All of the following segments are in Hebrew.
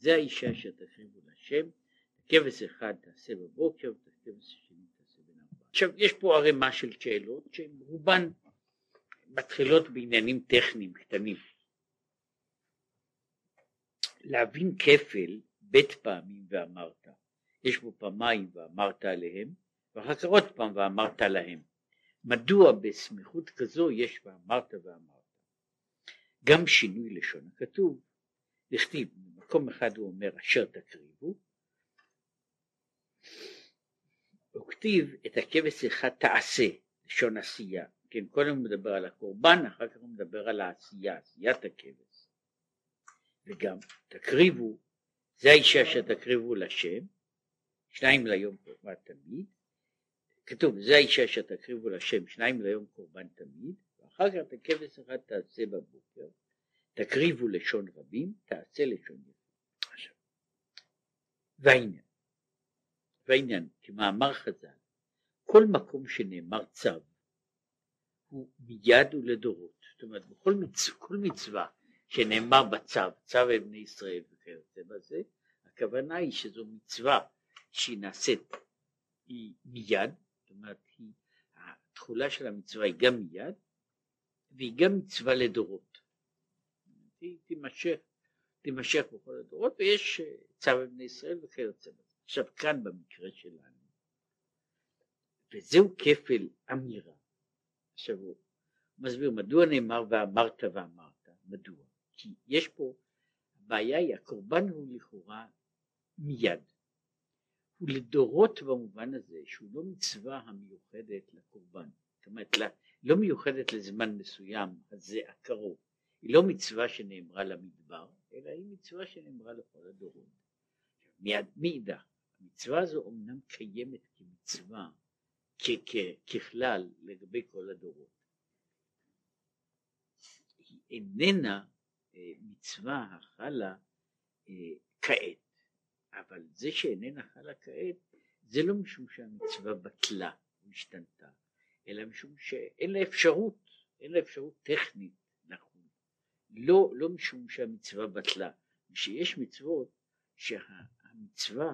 זה האישה שתקריבו להשם, כבש אחד תעשה בבוקר, וכבש שני תעשה בין ארבע. עכשיו יש פה ערימה של שאלות שהן רובן מתחילות בעניינים טכניים קטנים. להבין כפל בית פעמים ואמרת, יש בו פעמיים ואמרת עליהם, ואחר כך עוד פעם ואמרת להם. מדוע בסמיכות כזו יש ואמרת ואמרת? גם שינוי לשון הכתוב, לכתיב, במקום אחד הוא אומר אשר תקריבו, הוא כתיב את הכבש אחד תעשה, לשון עשייה, כן, קודם הוא מדבר על הקורבן, אחר כך הוא מדבר על העשייה, עשיית הכבש. וגם תקריבו, זה האישה שתקריבו לשם, שניים ליום קורבן תמיד, כתוב זה האישה שתקריבו לשם, שניים ליום קורבן תמיד, ואחר כך את הכבש אחד תעשה בבוקר, תקריבו לשון רבים, תעשה לשון יחיד. והעניין, כמאמר חז"ל, כל מקום שנאמר צו, הוא מיד ולדורות. זאת אומרת, כל מצווה שנאמר בצו, צו בני ישראל וכיוצא בזה, הכוונה היא שזו מצווה שהיא נעשית, היא מיד, זאת אומרת, התחולה של המצווה היא גם מיד, והיא גם מצווה לדורות. היא תימשך בכל הדורות, ויש צו בני ישראל וכיוצא בזה. עכשיו כאן במקרה שלנו, וזהו כפל אמירה. עכשיו הוא מסביר מדוע נאמר ואמרת ואמרת, מדוע? כי יש פה, הבעיה היא, הקורבן הוא לכאורה מיד. הוא לדורות במובן הזה שהוא לא מצווה המיוחדת לקורבן. זאת אומרת, לא מיוחדת לזמן מסוים, הזה הקרוב. היא לא מצווה שנאמרה למדבר, אלא היא מצווה שנאמרה לכל הדורות. מיד מאידך, המצווה הזו אומנם קיימת כמצווה, ככלל לגבי כל הדורות. היא איננה מצווה החלה כעת, אבל זה שאיננה חלה כעת, זה לא משום שהמצווה בטלה או השתנתה, אלא משום שאין לה אפשרות טכנית לחול. לא משום שהמצווה בטלה, שיש מצוות שהמצווה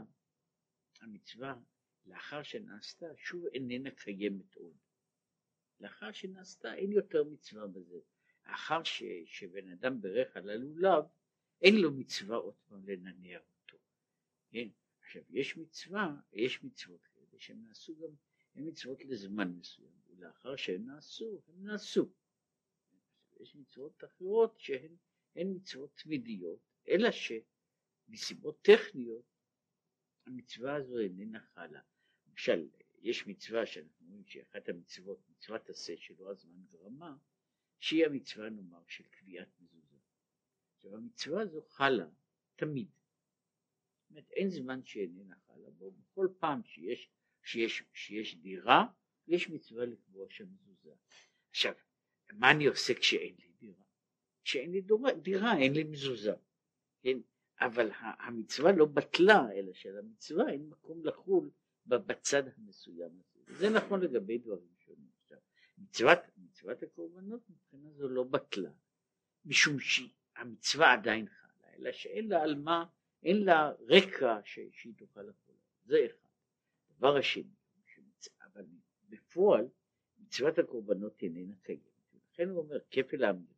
לאחר שנעשתה שוב איננה קיימת עוד. לאחר שנעשתה אין יותר מצווה בזה. לאחר שבן אדם ברך על הלולב, אין לו מצווה עוד פעם לנער אותו. כן? עכשיו יש מצוות כאלה שהן נעשו גם, הן מצוות לזמן מסוים, ולאחר שהן נעשו. יש מצוות אחרות שהן מצוות תמידיות, אלא שמסיבות טכניות המצווה הזו איננה חלה. למשל, יש מצווה שאנחנו אומרים שאחת המצוות, מצוות עשה שלא הזמן גרמה, שהיא המצווה נאמר של קביעת מזוזה. עכשיו המצווה הזו חלה תמיד. זאת אומרת, אין זמן שאיננה חלה בו, בכל פעם שיש דירה, יש מצווה לקבוע שם מזוזה. עכשיו, מה אני עושה כשאין לי דירה? כשאין לי דירה, אין לי מזוזה. כן? אבל המצווה לא בטלה, אלא שלמצווה אין מקום לחול בצד המסוים הזה. זה נכון לגבי דברים שונים. עכשיו, מצוות הקורבנות מבחינה זו לא בטלה, משום שהמצווה עדיין חלה, אלא שאין לה על מה, אין לה רקע שהיא תוכל לחול. זה אחד. דבר השני, אבל בפועל מצוות הקורבנות איננה קיימת. לכן הוא אומר כפל האמירה.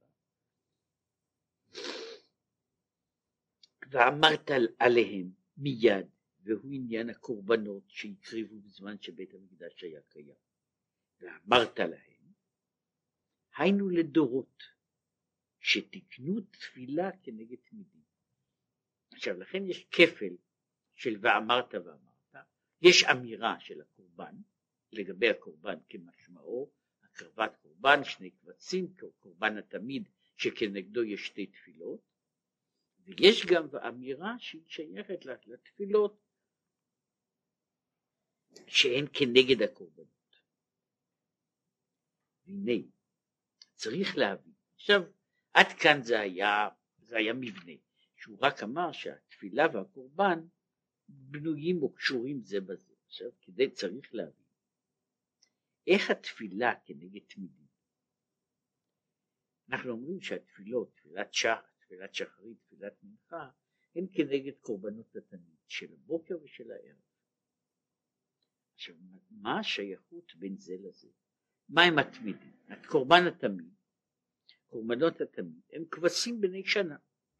ואמרת עליהם מיד, והוא עניין הקורבנות שהקריבו בזמן שבית המקדש היה קיים. ואמרת להם, היינו לדורות, שתקנו תפילה כנגד תמידים. עכשיו לכן יש כפל של ואמרת ואמרת, יש אמירה של הקורבן, לגבי הקורבן כמשמעו, הקרבת קורבן, שני קבצים, קורבן התמיד שכנגדו יש שתי תפילות, ויש גם אמירה שהיא שייכת לתפילות שהן כנגד הקורבנות. והנה, צריך להבין. עכשיו, עד כאן זה היה מבנה, שהוא רק אמר שהתפילה והקורבן בנויים או קשורים זה בזה. עכשיו, צריך להבין. איך התפילה כנגד תמידים? אנחנו אומרים שהתפילות, תפילת שחרית, תפילת מנחה, הן כנגד קורבנות התמיד של הבוקר ושל הערב. עכשיו, מה השייכות בין זה לזה? מה הם התמידים? קורבן התמיד, קורבנות התמיד, הם כבשים בני שנה,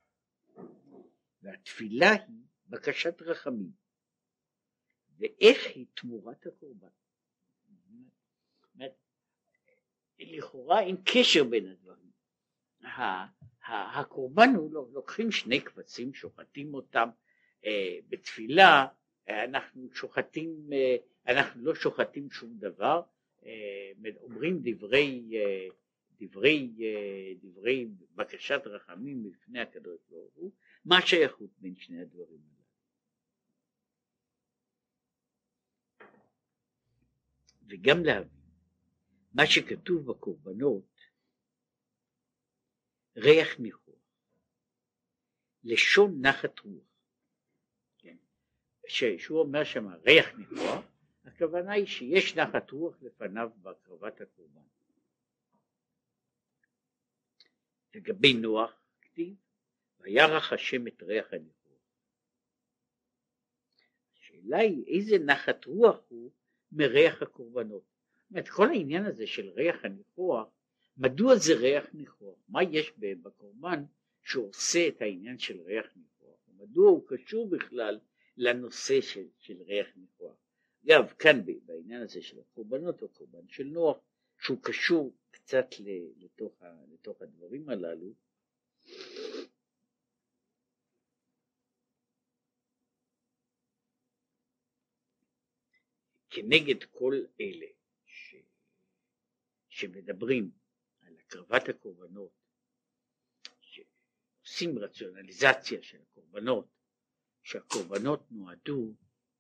והתפילה היא בקשת רחמים. ואיך היא תמורת הקורבן? לכאורה אין קשר בין הדברים. הקורבן הוא לוקחים שני כבשים, שוחטים אותם בתפילה, אנחנו לא שוחטים שום דבר, אומרים דברי בקשת רחמים לפני הקדוש ברוך הוא. מה השייכות בין שני הדברים האלה? וגם להבין מה שכתוב בקורבנות, ריח ניחוח, לשון נחת רוח, כן? שהוא אומר שם ריח ניחוח, הכוונה היא שיש נחת רוח לפניו בהקרבת הקורבן. לגבי נוח כתיב וירח השם את ריח הניחוח. השאלה היא איזה נחת רוח הוא מריח הקורבנות. זאת אומרת, כל העניין הזה של ריח הניחוח, מדוע זה ריח ניחוח? מה יש בקורבן שעושה את העניין של ריח ניחוח? מדוע הוא קשור בכלל לנושא של ריח ניחוח? אגב, כאן בעניין הזה של הקורבנות, או קורבן של נוח, שהוא קשור קצת לתוך הדברים הללו, כנגד כל אלה שמדברים על הקרבת הקורבנות, שעושים רציונליזציה של הקורבנות, שהקורבנות נועדו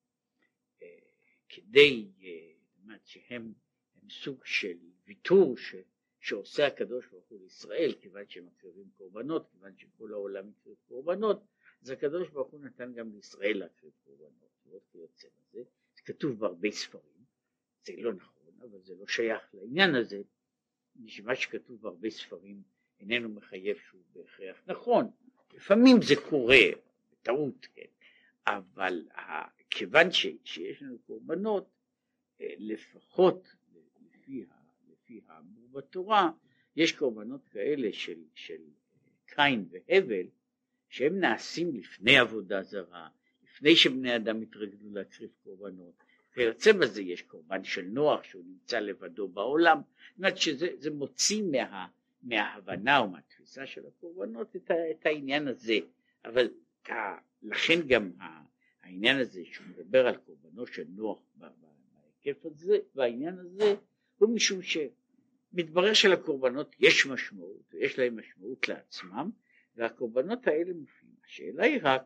כדי שהם סוג של ויתור שעושה הקדוש ברוך הוא לישראל, כיוון שהם מקריבים קורבנות, כיוון שכל העולם מקריב קורבנות, אז הקדוש ברוך הוא נתן גם לישראל להקריב קורבנות, ועוד כיוצא בזה. זה כתוב בהרבה ספרים, זה לא נכון, אבל זה לא שייך לעניין הזה, מה שכתוב בהרבה ספרים איננו מחייב שהוא בהכרח נכון, לפעמים זה קורה בטעות, כן, אבל כיוון שיש לנו קורבנות, לפחות לפי האמור בתורה, יש קורבנות כאלה של קין והבל, שהם נעשים לפני עבודה זרה, לפני שבני אדם התרגלו להקריב קורבנות. ויוצא בזה יש קורבן של נוח שהוא נמצא לבדו בעולם, זאת אומרת שזה מוציא מההבנה או מהתפיסה של הקורבנות את העניין הזה. אבל לכן גם העניין הזה שהוא מדבר על קורבנו של נוח בהיקף הזה, והעניין הזה הוא משום שמתברר שלקורבנות יש משמעות, ויש להם משמעות לעצמם, והקורבנות האלה מופיעים. השאלה היא רק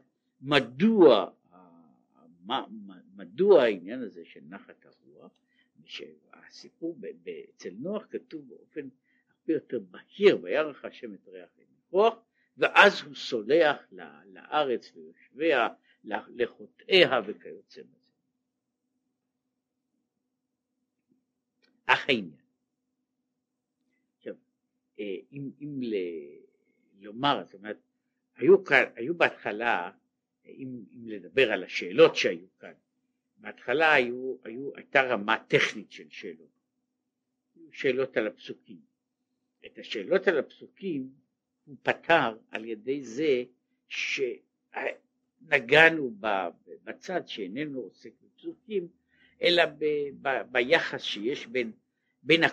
מדוע העניין הזה של נחת הרוח, שהסיפור אצל נוח כתוב באופן הרבה יותר בהיר, וירח השם את ריח הניחוח, ואז הוא סולח לארץ ליושביה, לחוטאיה וכיוצא בזה. אך העניין, עכשיו, אם לומר, זאת אומרת, היו בהתחלה, אם לדבר על השאלות שהיו כאן, בהתחלה הייתה רמה טכנית של שאלות על הפסוקים. את השאלות על הפסוקים הוא פתר על ידי זה שנגענו בצד שאיננו עוסק בפסוקים, אלא ביחס שיש בין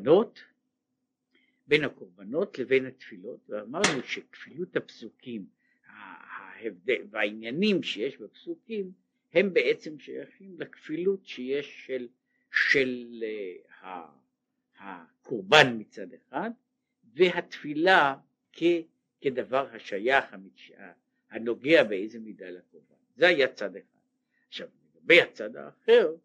הקורבנות לבין התפילות, ואמרנו שכפילות הפסוקים והעניינים שיש בפסוקים הם בעצם שייכים לכפילות שיש של הקורבן מצד אחד, והתפילה כדבר השייך הנוגע באיזה מידה לקורבן. זה היה צד אחד. עכשיו לגבי הצד האחר,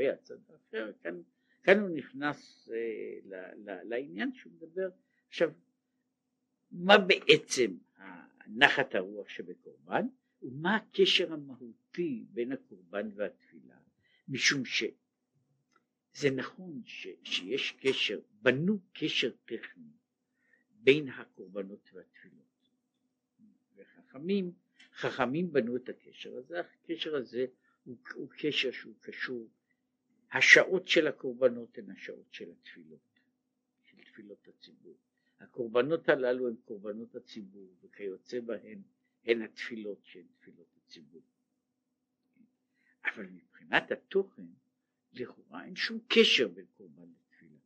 כאן הוא נכנס לעניין שהוא מדבר. עכשיו, מה בעצם נחת הרוח שבקורבן, ומה הקשר המהותי בין הקורבן והתפילה? משום שזה נכון שיש קשר, בנו קשר טכני בין הקורבנות והתפילות. וחכמים חכמים בנו את הקשר הזה, הקשר הזה הוא קשר שהוא קשור, השעות של הקורבנות הן השעות של התפילות, של תפילות הציבור. הקורבנות הללו הם קורבנות הציבור, וכיוצא בהן הן התפילות שהן תפילות הציבור. אבל מבחינת התוכן, לכאורה אין שום קשר בין קורבן לתפילה.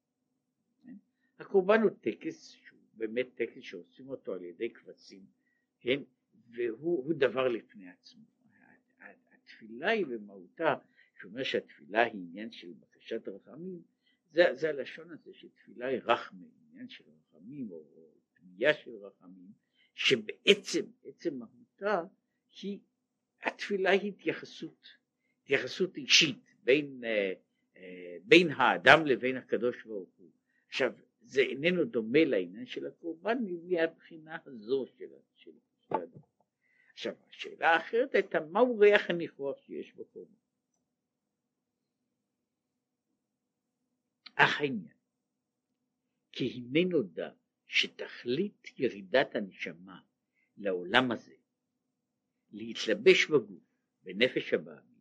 הקורבן הוא טקס, שהוא באמת טקס שעושים אותו על ידי כבשים, כן? והוא דבר לפני עצמו. התפילה היא במהותה, שאומר שהתפילה היא עניין של בקשת רחמים, זה הלשון הזה שתפילה היא רחמי, עניין של רחמים או פנייה של רחמים, שבעצם עצם מהותה היא, התפילה היא התייחסות אישית בין האדם לבין הקדוש ברוך הוא. עכשיו זה איננו דומה לעניין של הקורבן מהבחינה הזו של האדם. עכשיו השאלה האחרת הייתה מהו ריח הניחוח שיש בקורבן. אך העניין כי הנה נודע שתכלית ירידת הנשמה לעולם הזה להתלבש בגוף בנפש הבאמית.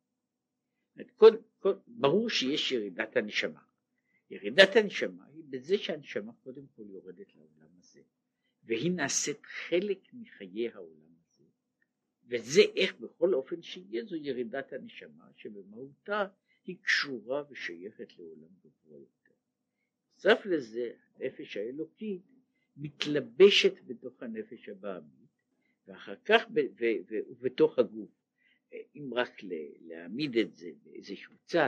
ברור שיש ירידת הנשמה. ירידת הנשמה היא בזה שהנשמה קודם כל יורדת לעולם הזה, והיא נעשית חלק מחיי העולם הזה, וזה איך בכל אופן שיהיה זו ירידת הנשמה שבמהותה היא קשורה ושייכת לעולם גבוה יותר. נוסף לזה הנפש האלוקית מתלבשת בתוך הנפש הבאמית, ואחר כך ובתוך הגוף. אם רק להעמיד את זה באיזשהו צד,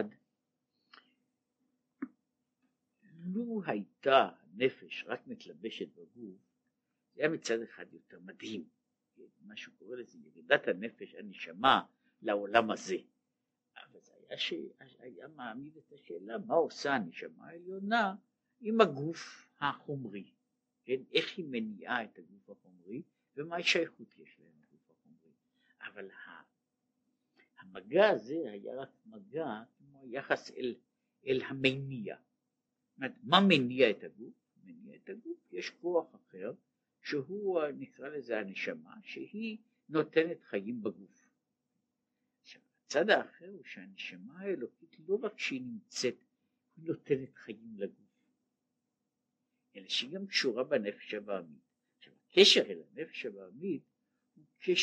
לו הייתה הנפש רק מתלבשת בגוף, זה היה מצד אחד יותר מדהים, מה שקורא לזה ירידת הנפש הנשמה לעולם הזה. אבל זה היה מעמיד את השאלה מה עושה הנשמה העליונה עם הגוף החומרי, כן? איך היא מניעה את הגוף החומרי ומה השייכות יש להם הגוף החומרי. אבל המגע הזה היה רק מגע כמו יחס אל המניע. מה מניע את הגוף? מניע את הגוף, יש כוח אחר שהוא נקרא לזה הנשמה, שהיא נותנת חיים בגוף. עכשיו הצד האחר הוא שהנשמה האלוקית לא רק שהיא נמצאת, היא נותנת חיים לגוף, אלא שהיא גם קשורה בנפש הבאמית. עכשיו הקשר אל הנפש הבאמית הוא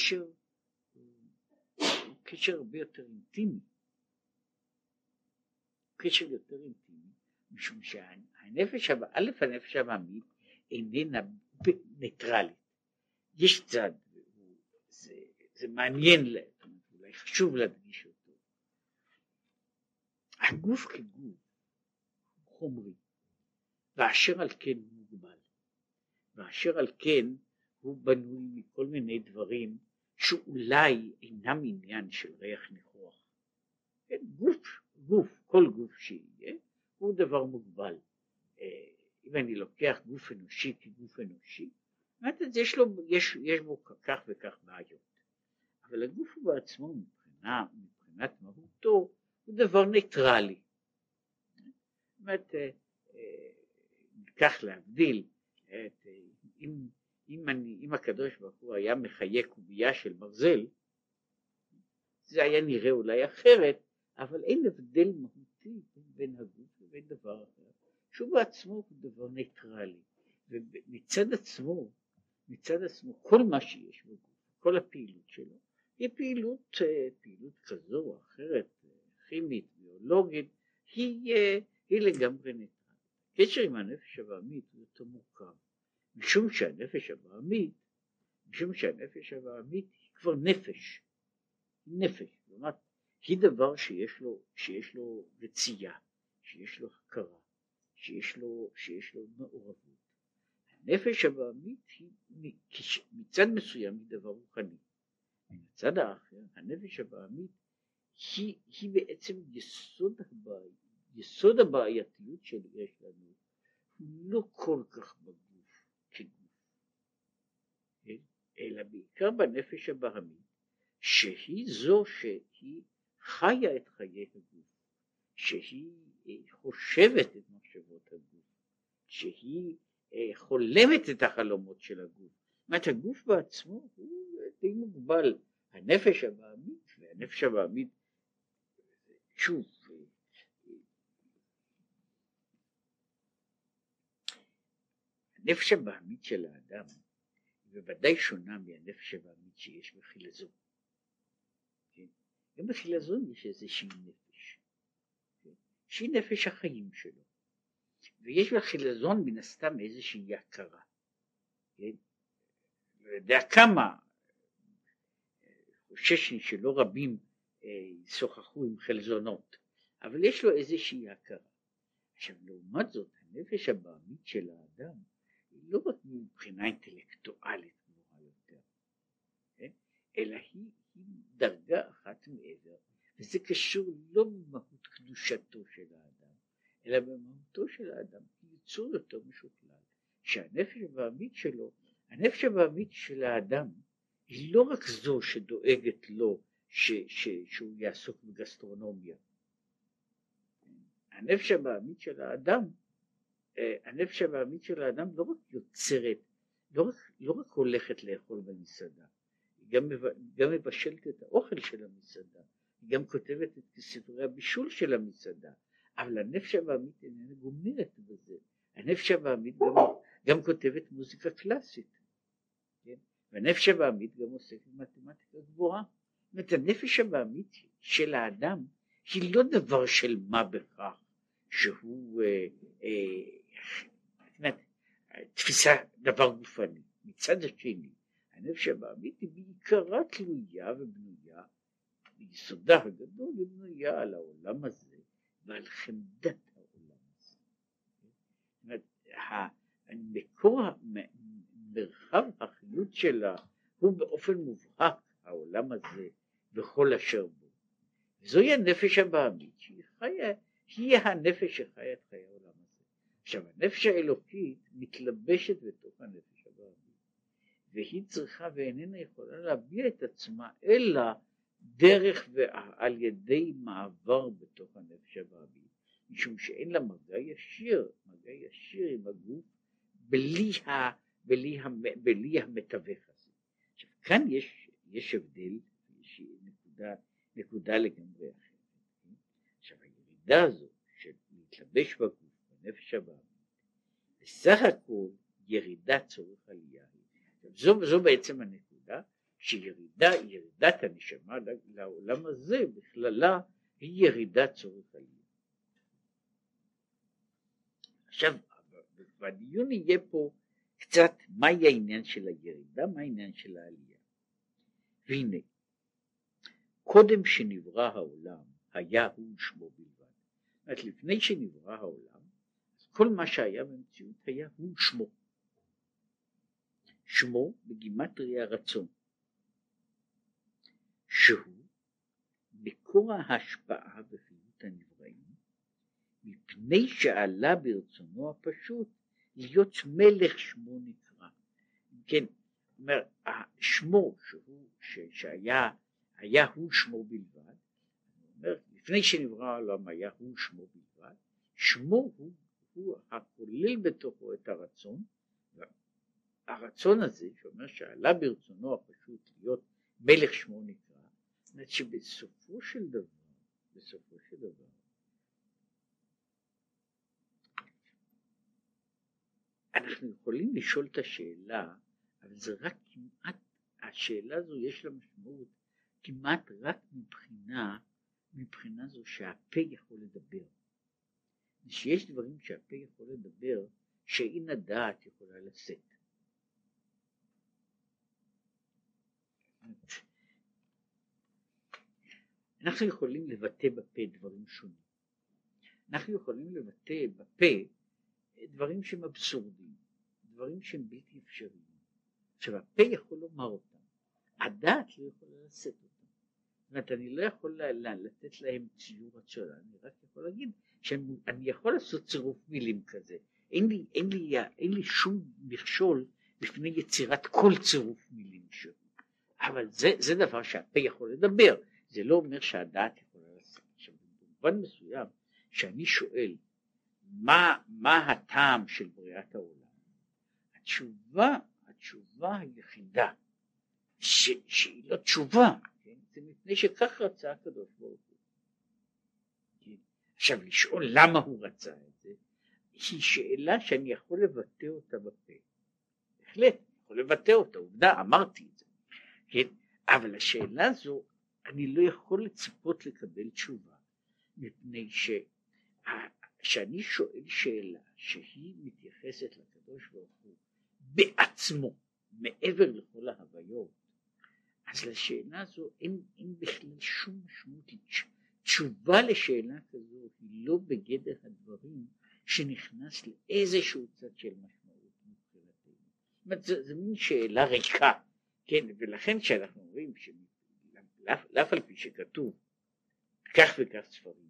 קשר הרבה יותר אינטימי, קשר יותר אינטימי, משום שהנפש הבאמית איננה ניטרלית. יש צד, זה מעניין, אולי חשוב להדגיש אותו. הגוף כגוף חומרי, ואשר על כן הוא מוגבל, ואשר על כן הוא בנוי מכל מיני דברים שאולי אינם עניין של ריח ניחוח. כן, כל גוף שיהיה הוא דבר מוגבל. אם אני לוקח גוף אנושי כגוף אנושי, יש בו כך וכך בעיות. אבל הגוף הוא בעצמו מבחינת מהותו הוא דבר ניטרלי. זאת אומרת, ניקח להבדיל, אם הקדוש ברוך הוא היה מחיה קובייה של ברזל, זה היה נראה אולי אחרת, אבל אין הבדל מהותי בין הגוף ובין דבר אחר, שהוא בעצמו הוא דבר ניטרלי, ומצד עצמו כל מה שיש בגוף, כל הפעילות שלו, היא פעילות כזו או אחרת, כימית, ביולוגית, היא לגמרי ניטרלית. קשר עם הנפש הבאמית הוא יותר מורכב, משום שהנפש הבאמית היא כבר נפש, כלומר, היא דבר שיש לו רצייה, שיש לו הכרה, שיש לו מעורבות. הנפש הבאמית היא מצד מסוים היא דבר רוחני. מצד האחר, הנפש הבאמית היא בעצם יסוד הבעייתיות שיש לנו, הוא לא כל כך בגוף כגוף, אלא בעיקר בנפש הבאמית, שהיא זו שהיא חיה את חיי הגוף, שהיא חושבת את מחשבות הגוף, שהיא חולמת את החלומות של הגוף. זאת אומרת, הגוף בעצמו הוא די מוגבל. הנפש הבעמית, והנפש הבעמית, שוב, הנפש הבעמית של האדם היא בוודאי שונה מהנפש הבעמית שיש בחילזון. כן? גם בחילזון יש איזושהי נפש, כן? שהיא נפש החיים שלו, ויש בחילזון מן הסתם איזושהי הכרה. כן? יודע כמה, חושש שלא רבים שוחחו עם חלזונות, אבל יש לו איזושהי הכרה. עכשיו לעומת זאת הנפש הבעמית של האדם היא לא רק מבחינה אינטלקטואלית גבוהה יותר, כן? אלא היא דרגה אחת מעבר, וזה קשור לא במהות קדושתו של האדם, אלא במהותו של האדם כיצור יותר משוכלל, שהנפש הבעמית שלו, הנפש הבעמית של האדם היא לא רק זו שדואגת לו שהוא יעסוק בגסטרונומיה. הנפש הבעמית של האדם, הנפש הבעמית של האדם לא רק יוצרת, לא רק הולכת לאכול במסעדה, היא גם מבשלת את האוכל של המסעדה, היא גם כותבת את ספרי הבישול של המסעדה, אבל הנפש הבעמית איננה גומרת בזה. הנפש הבעמית גם כותבת מוזיקה קלאסית, כן? והנפש הבעמית גם עוסקת במתמטיקה גבוהה. זאת אומרת, הנפש הבעמית של האדם היא לא דבר של מה בכך, שהוא תפיסה דבר גופני. מצד השני, הנפש הבעמית היא בעיקרה תלויה ובנויה, ביסודה הגדול היא בנויה על העולם הזה ועל חמדת העולם הזה. זאת אומרת, מקור מרחב החיות שלה הוא באופן מובהק העולם הזה וכל אשר בו. זוהי הנפש הבעמית היא הנפש שחיה את חיי העולם הזה. עכשיו הנפש האלוקית מתלבשת בתוך הנפש הבעמית, והיא צריכה ואיננה יכולה להביע את עצמה אלא דרך ועל ידי מעבר בתוך הנפש הבעמית, משום שאין לה מגע ישיר עם הגוף בלי המתווך הזה. עכשיו כאן יש הבדל, יש נקודה לגמרי אחרת. עכשיו הירידה הזו של להתלבש בגוף בנפש הבעמית, בסך הכל ירידת צורך עלייה. זו בעצם הנקודה, שירידת הנשמה לעולם הזה בכללה היא ירידת צורך עלייה. עכשיו בדיון יהיה פה קצת מהי העניין של הירידה, מה העניין של העלייה. והנה, קודם שנברא העולם היה הוא שמו בלבד. זאת אומרת, לפני שנברא העולם, כל מה שהיה במציאות היה הוא שמו. שמו בגימטריה רצון, שהוא מקור ההשפעה וחיות הנבראים, מפני שעלה ברצונו הפשוט להיות מלך שמו נקרא. כן, אומר, שמו שהיה הוא שמו בלבד, אומר, לפני שנברא העולם היה הוא שמו בלבד, שמו הוא הכולל בתוכו את הרצון, הרצון הזה שאומר שעלה ברצונו הפשוט להיות מלך שמו נקרא, זאת אומרת שבסופו של דבר, אנחנו יכולים לשאול את השאלה, אבל זה רק כמעט, השאלה הזו יש לה משמעות כמעט רק מבחינה זו שהפה יכול לדבר. שיש דברים שהפה יכול לדבר שאין הדעת יכולה לשאת. אנחנו יכולים לבטא בפה דברים שונים. אנחנו יכולים לבטא בפה דברים שהם אבסורדיים, דברים שהם בלתי אפשריים. עכשיו הפה יכול לומר אותם, הדעת לא יכולה לשאת אותם. זאת אומרת, אני לא יכול לתת להם ציור הצלה, אני רק יכול להגיד שאני יכול לעשות צירוף מילים כזה. אין לי שום מכשול בפני יצירת כל צירוף מילים שהוא. אבל זה דבר שהפה יכול לדבר, זה לא אומר שהדעת יכולה לעשות. עכשיו במובן מסוים שאני שואל מה הטעם של בריאת העולם, התשובה היחידה שהיא לא תשובה, כן? זה מפני שכך רצה הקדוש ברוך הוא. כן? עכשיו לשאול למה הוא רצה את זה, היא שאלה שאני יכול לבטא אותה בפה. בהחלט, יכול לבטא אותה, עובדה, אמרתי את זה. כן? אבל השאלה הזו, אני לא יכול לצפות לקבל תשובה, מפני שאני שואל שאלה שהיא מתייחסת לקדוש ברוך הוא בעצמו, מעבר לכל ההוויות, אז לשאלה הזו אין בכלל שום משמעות. תשובה לשאלה כזו היא לא בגדר הדברים שנכנס לאיזשהו צד של משמעות מבחינתנו. זאת אומרת, זו מין שאלה ריקה, כן? ולכן כשאנחנו אומרים לאף על פי שכתוב כך וכך ספרים,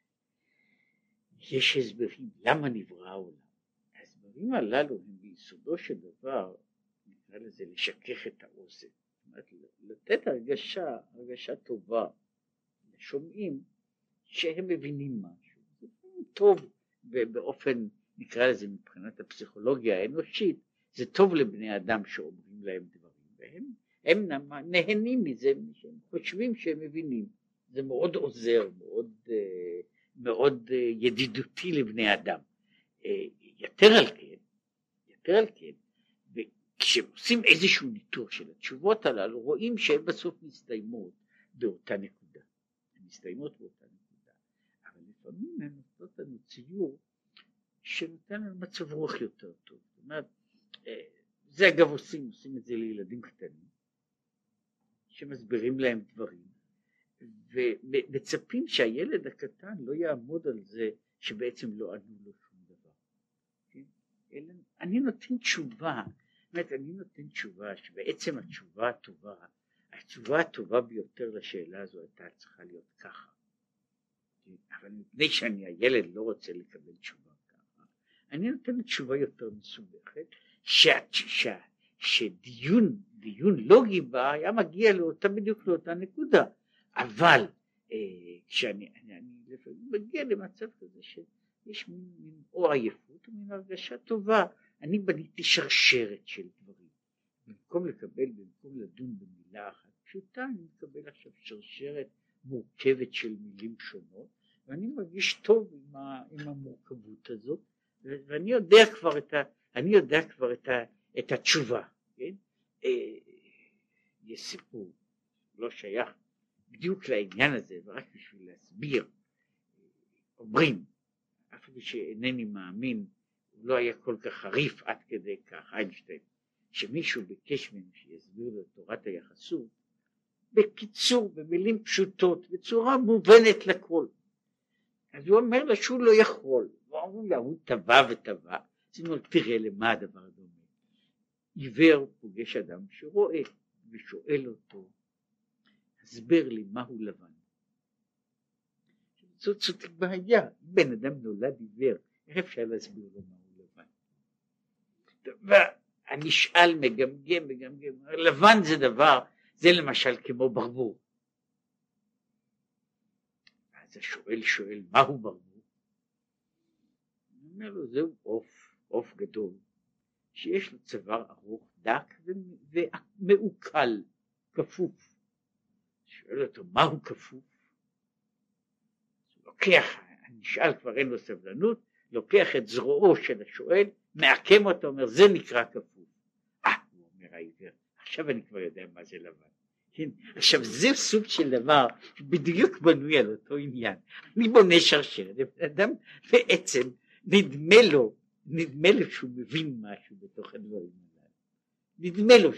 יש הסברים למה נברא העולם. ההסברים הללו הם ביסודו של דבר, נקרא לזה לשכך את האוזן, זאת אומרת לתת הרגשה טובה לשומעים שהם מבינים משהו. זה טוב באופן, נקרא לזה מבחינת הפסיכולוגיה האנושית, זה טוב לבני אדם שאומרים להם דברים, והם נהנים מזה, שהם חושבים שהם מבינים. זה מאוד עוזר, מאוד ידידותי לבני אדם. יתר על כן, וכשעושים איזשהו ניתוח של התשובות הללו, רואים שהן בסוף מסתיימות באותה נקודה. אבל לפעמים הן נותנות לנו ציור שנותן לנו מצב רוח יותר טוב. זאת אומרת, זה אגב עושים את זה לילדים קטנים, שמסבירים להם דברים, ומצפים שהילד הקטן לא יעמוד על זה שבעצם לא ענו לו שום דבר. כן? אני נותן תשובה, שבעצם התשובה הטובה ביותר לשאלה הזו הייתה צריכה להיות ככה. כן? אבל מפני הילד לא רוצה לקבל תשובה ככה, אני נותן תשובה יותר מסובכת, שדיון לוגי בה היה מגיע בדיוק לאותה נקודה. אבל כשאני לפעמים מגיע למצב כזה שיש מין או עייפות או מין הרגשה טובה, אני בניתי שרשרת של דברים. במקום לדון במילה אחת פשוטה, אני מקבל עכשיו שרשרת מורכבת של מילים שונות, ואני מרגיש טוב עם המורכבות הזאת, ואני יודע כבר את התשובה. כן? יש סיפור לא שייך בדיוק לעניין הזה, ורק בשביל להסביר, אומרים, אף שאינני מאמין, הוא לא היה כל כך חריף עד כדי כך, איינשטיין, שמישהו ביקש ממנו שיסביר לו תורת היחסות, בקיצור, במילים פשוטות, בצורה מובנת לכל. אז הוא אומר לו שהוא לא יכול, הוא טבע, אז הוא אומר, תראה למה הדבר דומה. עיוור פוגש אדם שרואה, ושואל אותו, הסבר לי מהו לבן. זאת בעיה, בן אדם נולד עיוור, איך אפשר להסביר לו מהו לבן? והנשאל מגמגם, לבן זה למשל כמו ברבור. אז השואל שואל מהו ברבור? הוא אומר לו זהו עוף גדול, שיש לו צוואר ארוך דק ומעוקל, כפוף. שואל אותו מהו כפוף? לוקח, הנשאל כבר אין לו סבלנות, לוקח את זרועו של השואל, מעקם אותו, אומר זה נקרא כפוף. הוא אומר העיוור, עכשיו אני כבר יודע מה זה לבן. כן? עכשיו זה סוג של דבר בדיוק בנוי על אותו עניין. אני בונה שרשרת, אדם בעצם נדמה לו שהוא מבין משהו בתוך הדברים הללו.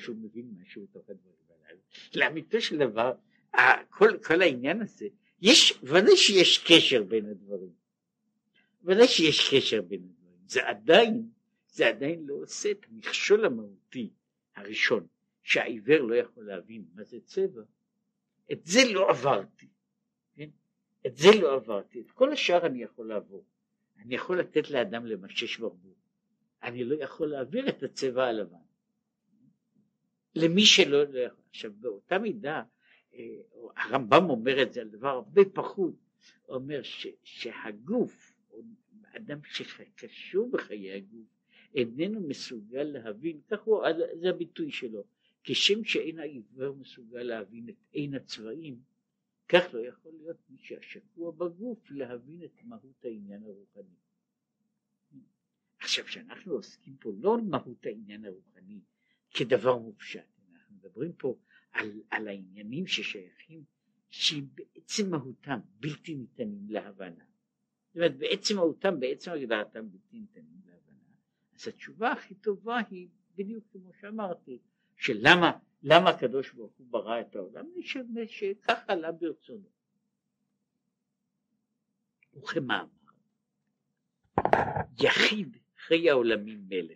לאמיתו של דבר, כל העניין הזה, ודאי שיש קשר בין הדברים. זה עדיין לא עושה את המכשול המהותי הראשון, שהעיוור לא יכול להבין מה זה צבע. את זה לא עברתי. כן? את כל השאר אני יכול לעבור. אני יכול לתת לאדם למשש ברבור. אני לא יכול להעביר את הצבע הלבן. למי שלא יכול. עכשיו באותה מידה, הרמב"ם אומר את זה על דבר הרבה פחות, הוא אומר שהגוף, או אדם שקשור בחיי הגוף, איננו מסוגל להבין, כך זה הביטוי שלו, כשם שאין העיוור מסוגל להבין את עין הצבעים, כך לא יכול להיות מי שהשקוע בגוף להבין את מהות העניין הרוחני. עכשיו שאנחנו עוסקים פה לא על מהות העניין הרוחני כדבר מופשט, אנחנו מדברים פה על העניינים ששייכים, שבעצם מהותם בלתי ניתנים להבנה. זאת אומרת, בעצם מהותם, בעצם הגדרתם בלתי ניתנים להבנה. אז התשובה הכי טובה היא בדיוק כמו שאמרתי, למה הקדוש ברוך הוא ברא את העולם, שכך עלה ברצונו. וכמאמר, יחיד חיי העולמים מלך,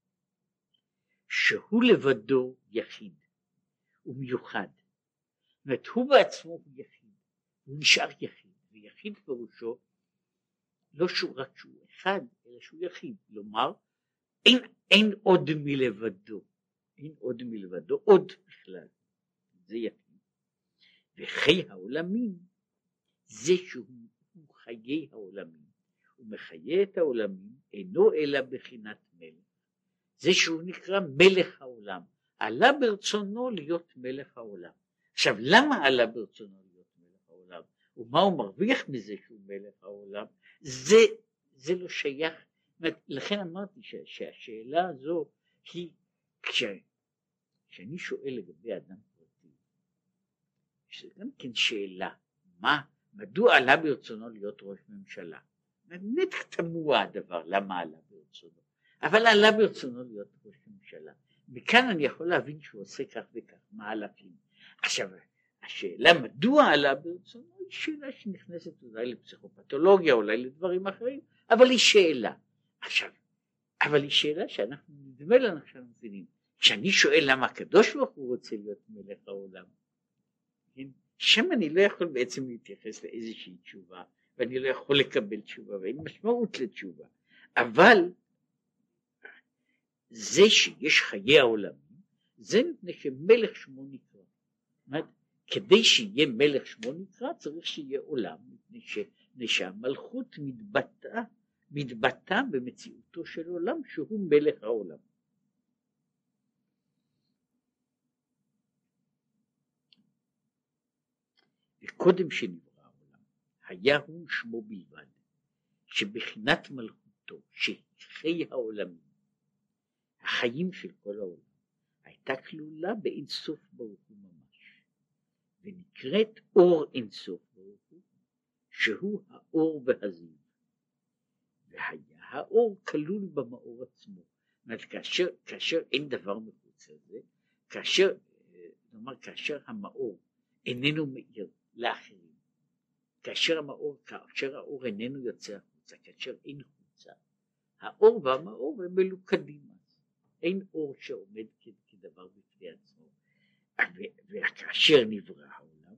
שהוא לבדו יחיד ומיוחד. זאת אומרת, הוא בעצמו הוא יחיד, הוא נשאר יחיד, ויחיד פירושו לא רק שהוא אחד, אלא שהוא יחיד, כלומר אין עוד מלבדו, אין עוד מלבדו, עוד בכלל, זה יחיד. וחיי העולמים, זה שהוא חיי העולמים, הוא מחיה את העולמים, אינו אלא בחינת מלך, זה שהוא נקרא מלך העולם, עלה ברצונו להיות מלך העולם. עכשיו למה עלה ברצונו להיות מלך העולם, ומה הוא מרוויח מזה שהוא מלך העולם, זה לא שייך. לכן אמרתי שהשאלה הזו היא, כשאני שואל לגבי אדם פרטי, שזה גם כן שאלה, מדוע עלה ברצונו להיות ראש ממשלה? באמת תמוה הדבר, למה עלה ברצונו? אבל עלה ברצונו להיות ראש ממשלה. מכאן אני יכול להבין שהוא עושה כך וכך מהלכים. עכשיו, השאלה מדוע עלה ברצונו היא שאלה שנכנסת אולי לפסיכופתולוגיה, אולי לדברים אחרים, אבל היא שאלה. עכשיו, אבל היא שאלה שאנחנו נדמה לנו שאנחנו מבינים. כשאני שואל למה הקדוש ברוך הוא רוצה להיות מלך העולם, כן? שם אני לא יכול בעצם להתייחס לאיזושהי תשובה, ואני לא יכול לקבל תשובה, ואין משמעות לתשובה. אבל זה שיש חיי העולם, זה מפני שמלך שמו נקרא. זאת אומרת, כדי שיהיה מלך שמו נקרא, צריך שיהיה עולם, מפני שהמלכות מתבטא במציאותו של עולם, שהוא מלך העולם. וקודם שנברא העולם, היה הוא שמו בלבד, שבחינת מלכותו, שחיי העולמים, החיים של כל העולם, הייתה כלולה באין סוף ברוך הוא ממש, ונקראת אור אין סוף ברוך הוא, שהוא האור והזיו, והיה האור כלול במאור עצמו. זאת אומרת, כאשר אין דבר מחוץ לזה, כאשר המאור איננו מאיר לאחרים, כאשר האור איננו יוצא החוצה, כאשר אין חוצה, האור והמאור הם מלוכדים, אין אור שעומד כדבר בפני עצמו. וכאשר נברא העולם,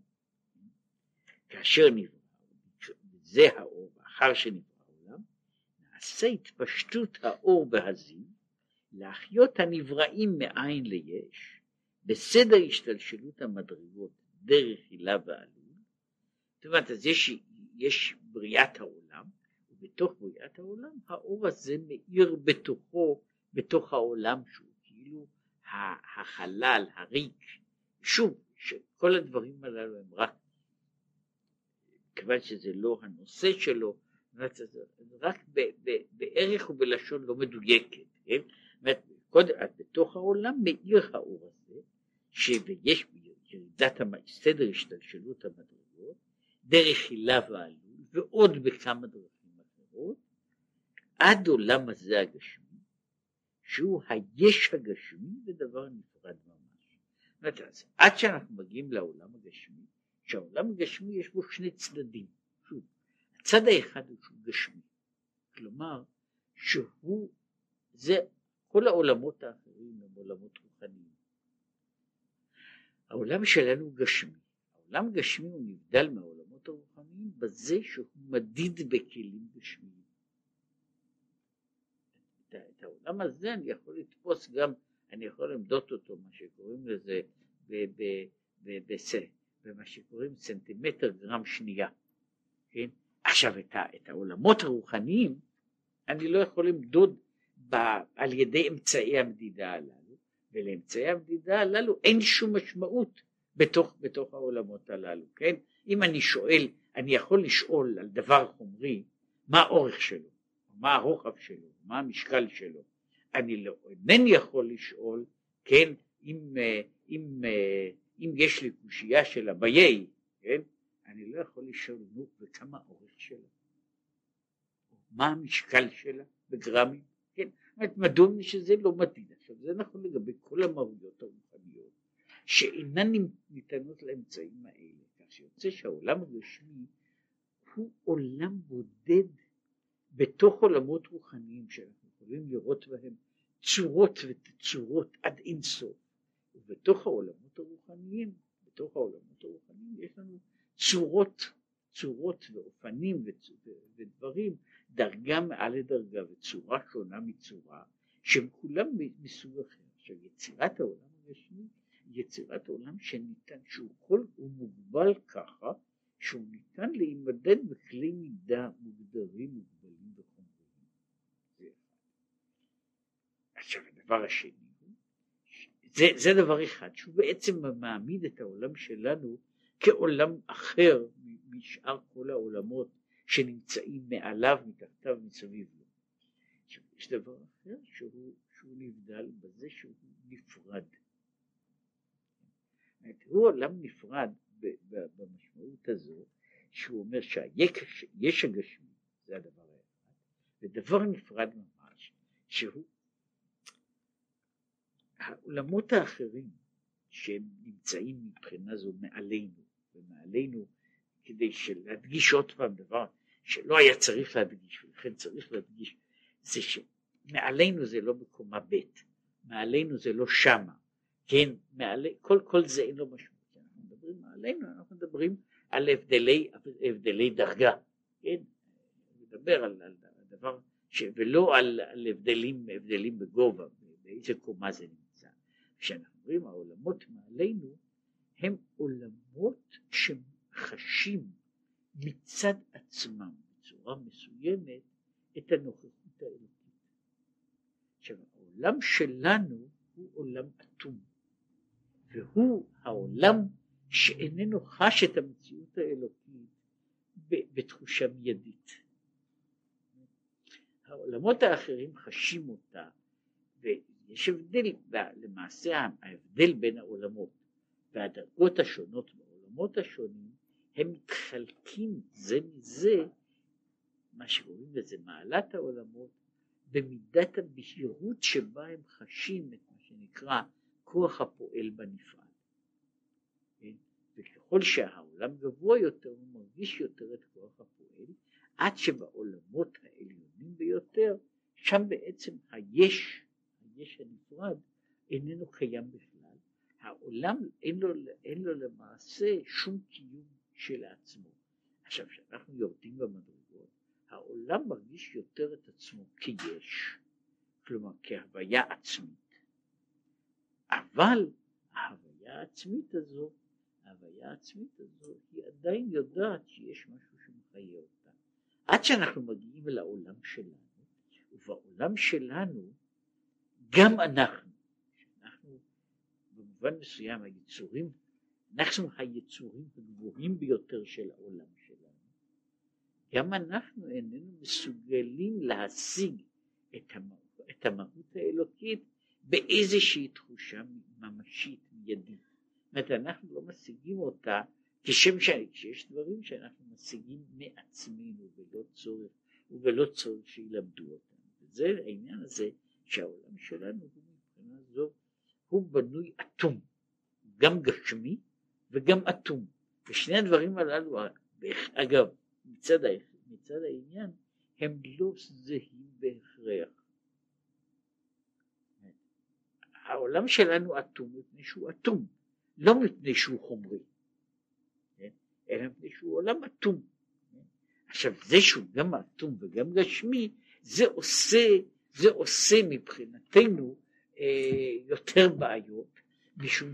זה האור, ואחר שנברא העולם, נעשה התפשטות האור והזיו, להחיות הנבראים מאין ליש, בסדר השתלשלות המדרגות, דרך הילה ועלול. זאת אומרת, אז יש בריאת העולם, ובתוך בריאת העולם, האור הזה מאיר בתוך העולם, שהוא כאילו החלל, הריק. שוב, שכל הדברים הללו הם רק, כיוון שזה לא הנושא שלו, רק בערך ובלשון לא מדויקת, כן? בתוך העולם מאיר האור הזה, שיש ירידת סדר השתלשלות המדרגות, דרך הילה ועלול, ועוד בכמה דרכים אחרות, עד עולם הזה הגשמי, שהוא היש הגשמי ודבר נפרד ממש. אז עד שאנחנו מגיעים לעולם הגשמי, שהעולם הגשמי יש בו שני צדדים. שוב, הצד האחד הוא שהוא גשמי, כלומר כל העולמות האחרים הם עולמות רוחניים. העולם שלנו הוא גשמי. העולם גשמי הוא נבדל מהעולמות הרוחניים בזה שהוא מדיד בכלים גשמיים. את העולם הזה אני יכול לתפוס גם, אני יכול למדוד אותו, מה שקוראים לזה במה שקוראים סנטימטר גרם שנייה, כן? עכשיו את העולמות הרוחניים אני לא יכול למדוד על ידי אמצעי המדידה הללו, ולאמצעי המדידה הללו אין שום משמעות בתוך העולמות הללו, כן? אם אני שואל, אני יכול לשאול על דבר חומרי, מה האורך שלו, מה הרוחב שלו, מה המשקל שלו, אני לא, אינני יכול לשאול, כן, אם יש לי קושייה של אביי, כן, אני לא יכול לשאול, נו, וכמה האורך שלה, מה המשקל שלה בגרמים, כן, מדוע שזה לא מדיד. עכשיו זה נכון לגבי כל המהויות הרוחניות שאינן ניתנות לאמצעים האלה, כך שיוצא שהעולם הגשמי הוא עולם בודד בתוך עולמות רוחניים שאנחנו יכולים לראות בהם צורות ותצורות עד אינסוף, ובתוך העולמות הרוחניים, יש לנו צורות ואופנים ודברים, דרגה מעל לדרגה וצורה שונה מצורה, שהם כולם מסוג אחר. עכשיו יצירת העולם הגשמי, יצירת העולם שניתן, הוא מוגבל ככה, שהוא ניתן להימדד בכלי מידה מוגדרים, מוגבלים וחומריים. עכשיו הדבר השני, זה דבר אחד, שהוא בעצם מעמיד את העולם שלנו כעולם אחר משאר כל העולמות שנמצאים מעליו, מתחתיו, מסביב לו. עכשיו, יש דבר אחר שהוא נבדל בזה שהוא נפרד. הוא עולם נפרד במשמעות הזו, שהוא אומר שיש הגשמי, זה הדבר האחד, ודבר נפרד ממש, שהוא העולמות האחרים שהם נמצאים מבחינה זו מעלינו, ומעלינו כדי להדגיש עוד פעם דבר שלא היה צריך להדגיש, ולכן צריך להדגיש, זה שמעלינו זה לא בקומה ב', מעלינו זה לא שמה, כן, כל זה אין לו משמעות. אנחנו מדברים מעלינו, אנחנו מדברים על הבדלי דרגה, כן, מדבר על הדבר, ולא על הבדלים בגובה, באיזה קומה זה נמצא. כשאנחנו אומרים העולמות מעלינו, הם עולמות שחשים מצד עצמם בצורה מסוימת את הנוכחות האלוקית. עכשיו העולם שלנו הוא עולם אטום, והוא העולם שאיננו חש את המציאות האלוקית בתחושה מיידית. העולמות האחרים חשים אותה, ויש הבדל, למעשה ההבדל בין העולמות והדרגות השונות בעולמות השונים, הם מתחלקים זה מזה, מה שקוראים לזה מעלת העולמות, במידת הבהירות שבה הם חשים את מה שנקרא כוח הפועל בנפרד. וככל שהעולם גבוה יותר הוא מרגיש יותר את כוח הפועל, עד שבעולמות העליונים ביותר, שם בעצם היש הנפרד איננו קיים בכלל. העולם אין לו למעשה שום קיום של עצמו. עכשיו כשאנחנו יורדים במדרגות, העולם מרגיש יותר את עצמו כיש, כלומר כהוויה עצמית. אבל ההוויה העצמית הזו היא עדיין יודעת שיש משהו שמחיה אותה. עד שאנחנו מגיעים אל העולם שלנו, ובעולם שלנו גם אנחנו במובן מסוים אנחנו היצורים הגבוהים ביותר של העולם שלנו, גם אנחנו איננו מסוגלים להשיג את המהות האלוקית באיזושהי תחושה ממשית, מיידית. זאת אומרת, אנחנו לא משיגים אותה כשם שיש דברים שאנחנו משיגים מעצמנו ולא צורך שילמדו אותנו. וזה העניין הזה שהעולם שלנו הוא מבחינה זו, הוא בנוי אטום, גם גשמי וגם אטום. ושני הדברים הללו, אגב, מצד העניין, הם לא זהים בהכרח. העולם שלנו אטום מפני שהוא אטום, לא מפני שהוא חומרי, אלא מפני שהוא עולם אטום. עכשיו זה שהוא גם אטום וגם גשמי, זה עושה מבחינתנו יותר בעיות, משום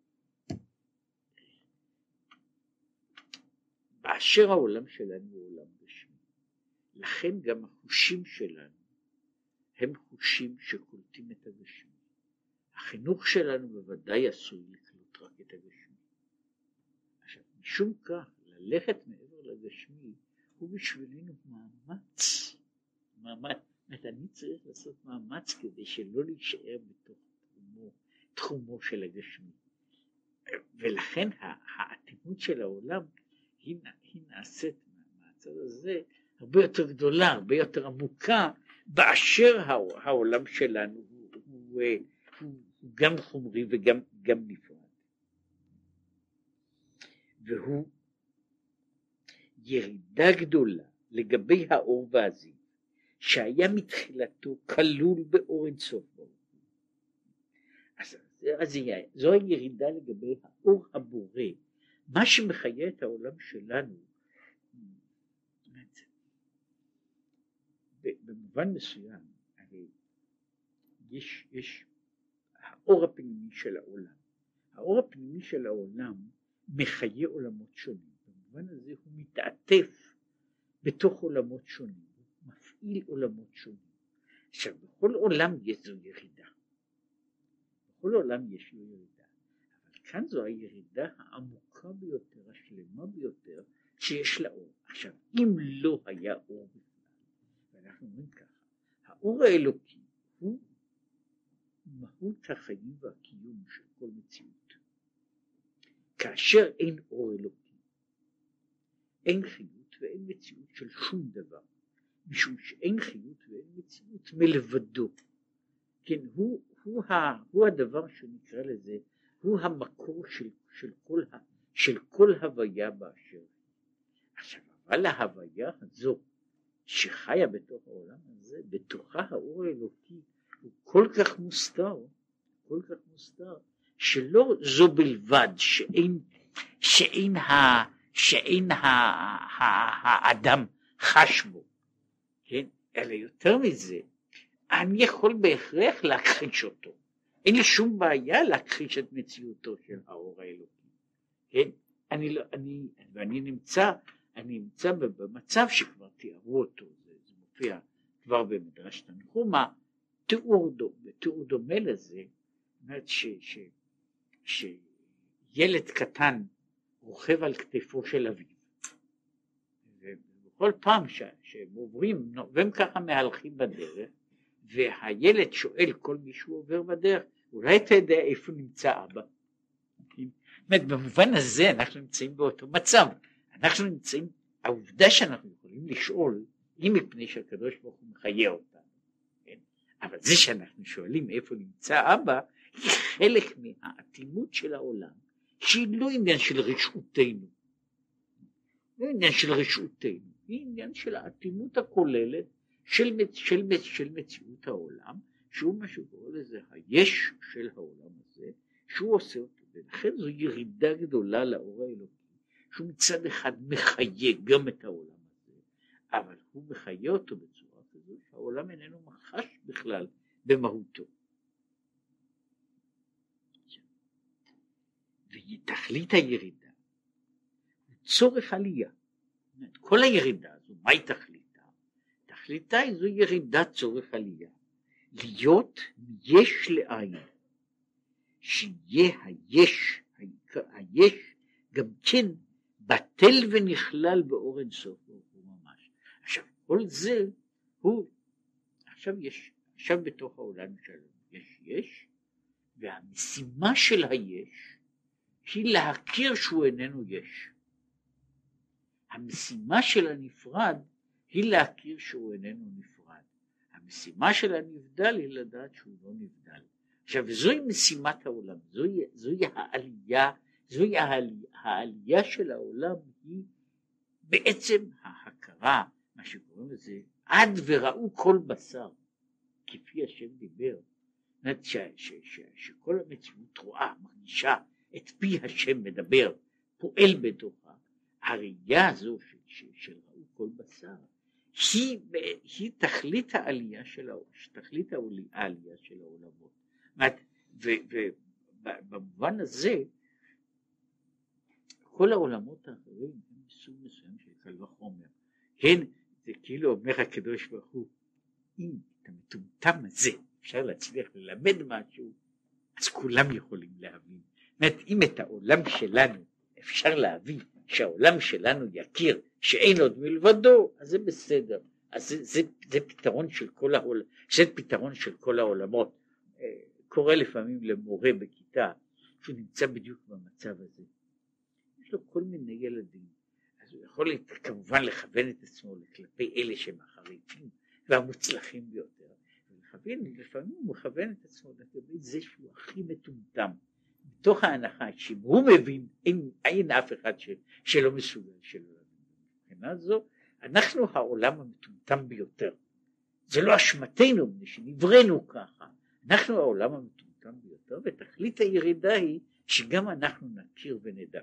באשר העולם שלנו הוא עולם גשמי, לכן גם החושים שלנו הם חושים שקולטים את הגשמי. החינוך שלנו בוודאי עשוי לקלוט רק את הגשמי. עכשיו, משום כך, ללכת מעבר לגשמי הוא בשבילנו מאמץ. אני צריך לעשות מאמץ כדי שלא להישאר בתוך תחומו של הגשמי. ולכן האטימות של העולם היא נעשית מהצד הזה הרבה יותר גדולה, הרבה יותר עמוקה, באשר העולם שלנו הוא גם חומרי וגם נפרד. והוא ירידה גדולה לגבי האור והזיו, שהיה מתחילתו כלול באור אינסוף ברוך הוא. אז זו הירידה לגבי האור הבורא, מה שמחיה את העולם שלנו. במובן מסוים, הרי יש האור הפנימי של העולם. האור הפנימי של העולם מחיה עולמות שונים. במובן הזה הוא מתעטף בתוך עולמות שונים, הוא מפעיל עולמות שונים. עכשיו, בכל עולם יש זו ירידה. בכל עולם יש לו ירידה. אבל כאן זו הירידה העמוקה ביותר, השלמה ביותר, שיש לאור. עכשיו, אם לא היה אור בכלל, ואנחנו אומרים ככה, האור האלוקי הוא מהות החיים והקיום של כל מציאות. כאשר אין אור אלוקי, אין חיות ואין מציאות של שום דבר, משום שאין חיות ואין מציאות מלבדו. כן, הוא הדבר שנקרא לזה, הוא המקור של כל הוויה באשר. עכשיו, אבל ההוויה הזו שחיה בתוך העולם הזה, בתוכה האור האלוקי הוא כל כך מוסתר, שלא זו בלבד שאין האדם חש בו, כן? אלא יותר מזה, אני יכול בהכרח להכחיש אותו. אין לי שום בעיה להכחיש את מציאותו של האור האלוקי, כן? ואני נמצא במצב שכבר תיארו אותו, זה מופיע כבר במדרש תנחומא, תיאור דומה לזה, אומרת שילד קטן רוכב על כתפו של אביו, ובכל פעם שהם עוברים, והם ככה מהלכים בדרך, והילד שואל כל מי שהוא עובר בדרך, אולי אתה יודע איפה נמצא אבא? במובן הזה אנחנו נמצאים באותו מצב, אנחנו נמצאים, העובדה שאנחנו יכולים לשאול, היא מפני שהקדוש ברוך הוא מחיה אותנו, כן? אבל זה שאנחנו שואלים איפה נמצא אבא, היא חלק מהאטימות של העולם, שהיא לא עניין של רשעותנו, היא עניין של האטימות הכוללת של מציאות העולם, שהוא מה שקורא לזה היש של העולם הזה, שהוא עושה אותו, ולכן זו ירידה גדולה לאור האלוקי, שהוא מצד אחד מחיה גם את העולם הזה, אבל הוא מחיה אותו בצורה כזו שהעולם איננו מחש בכלל במהותו. ותכלית הירידה הוא צורך עלייה. כל הירידה הזו, מהי תכליתה? תכליתה היא זו ירידת צורך עלייה, להיות יש לעין, שיהיה היש גם כן בטל ונכלל באור אינסוף ברוך הוא ממש. עכשיו כל זה הוא, עכשיו בתוך העולם שלנו יש, והמשימה של היש היא להכיר שהוא איננו יש. המשימה של הנפרד היא להכיר שהוא איננו נפרד. המשימה של הנבדל היא לדעת שהוא לא נבדל. עכשיו זוהי משימת העולם, זוהי העלייה של העולם, היא בעצם ההכרה, מה שקוראים לזה, עד וראו כל בשר, כפי השם דיבר, שכל המציאות רואה, מרגישה את פי השם מדבר, פועל בתוכה. הראייה הזו של ראו כל בשר, היא תכלית העלייה של העלייה של העולמות. ובמובן הזה כל העולמות האחרים הם מסוג מסוים של קל וחומר. כן, זה כאילו אומר הקדוש ברוך הוא, אם את המטומטם הזה אפשר להצליח ללמד משהו, אז כולם יכולים להבין. זאת אומרת, אם את העולם שלנו אפשר להבין, שהעולם שלנו יכיר שאין עוד מלבדו, אז זה בסדר. אז זה פתרון של כל העולם, זה פתרון של כל העולמות. קורה לפעמים למורה בכיתה, שהוא נמצא בדיוק במצב הזה. יש לו כל מיני ילדים, אז הוא יכול כמובן לכוון את עצמו כלפי אלה שהם החריפים והמוצלחים ביותר. לפעמים הוא מכוון את עצמו לגבי זה שהוא הכי מטומטם. מתוך ההנחה שאם הוא מבין, אין אף אחד שלא מסוגל שלא להבין. מבחינה זו, אנחנו העולם המטומטם ביותר. זה לא אשמתנו, שנבראנו ככה. אנחנו העולם המטומטם ביותר, ותכלית הירידה היא שגם אנחנו נכיר ונדע.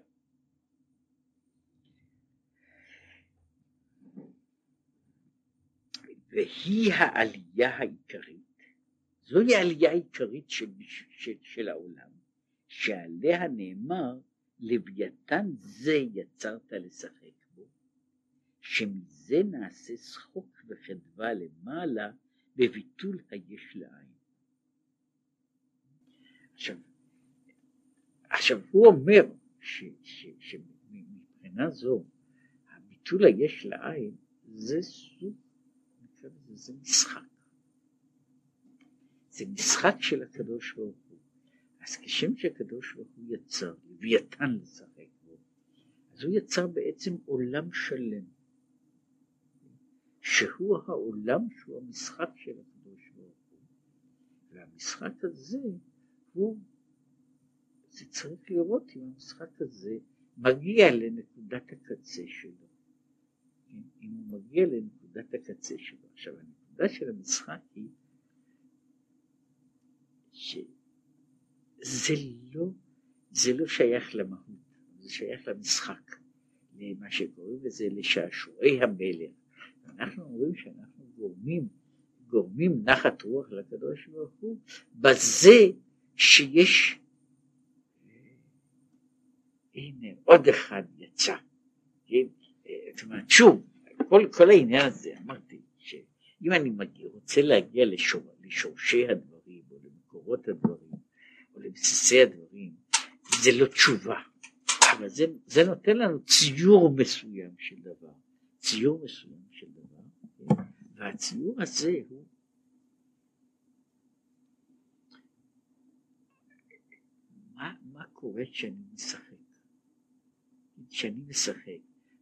והיא העלייה העיקרית, זוהי העלייה העיקרית של העולם, שעליה נאמר, לוויתן זה יצרת לשחק בו, שמזה נעשה שחוק וחדווה למעלה, בביטול היש לעין. עכשיו הוא אומר שמבחינה זו, הביטול היש לעין זה סוג, זה משחק. זה משחק של הקדוש ברוך הוא. אז כשם שהקדוש ברוך הוא יצר לוויתן לשחק בו, אז הוא יצר בעצם עולם שלם, שהוא העולם שהוא המשחק של הקדוש ברוך הוא. והמשחק הזה זה צריך לראות אם המשחק הזה מגיע לנקודת הקצה שלו. אם הוא מגיע לנקודת הקצה שלו. עכשיו הנקודה של המשחק היא שזה לא שייך למהות, זה שייך למשחק, למה שקוראים לזה לשעשועי המלך. אנחנו אומרים שאנחנו גורמים נחת רוח לקדוש ברוך הוא בזה שיש, הנה עוד אחד יצא. זאת אומרת, שוב, כל העניין הזה, אמרתי שאם אני רוצה להגיע לשורשי הדברים או למקורות הדברים או לבסיסי הדברים, זה לא תשובה, אבל זה נותן לנו ציור מסוים של דבר, והציור הזה הוא מה קורה כשאני משחק.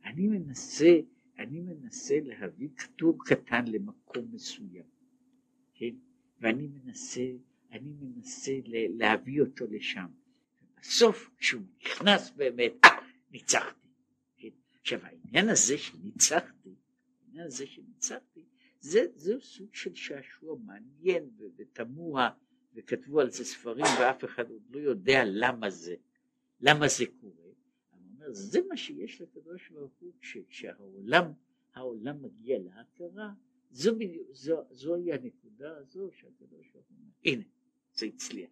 אני מנסה להביא כדור קטן למקום מסוים, כן? ואני מנסה להביא אותו לשם. בסוף כשהוא נכנס באמת, ניצחתי. כן? עכשיו העניין הזה שניצחתי, זהו סוג של שעשוע מעניין ותמוה, וכתבו על זה ספרים ואף אחד עוד לא יודע למה זה קורה. זה מה שיש לקדוש ברוך הוא, כשהעולם מגיע להכרה, זוהי הנקודה הזו שהקדוש ברוך הוא אומר, הנה, זה הצליח.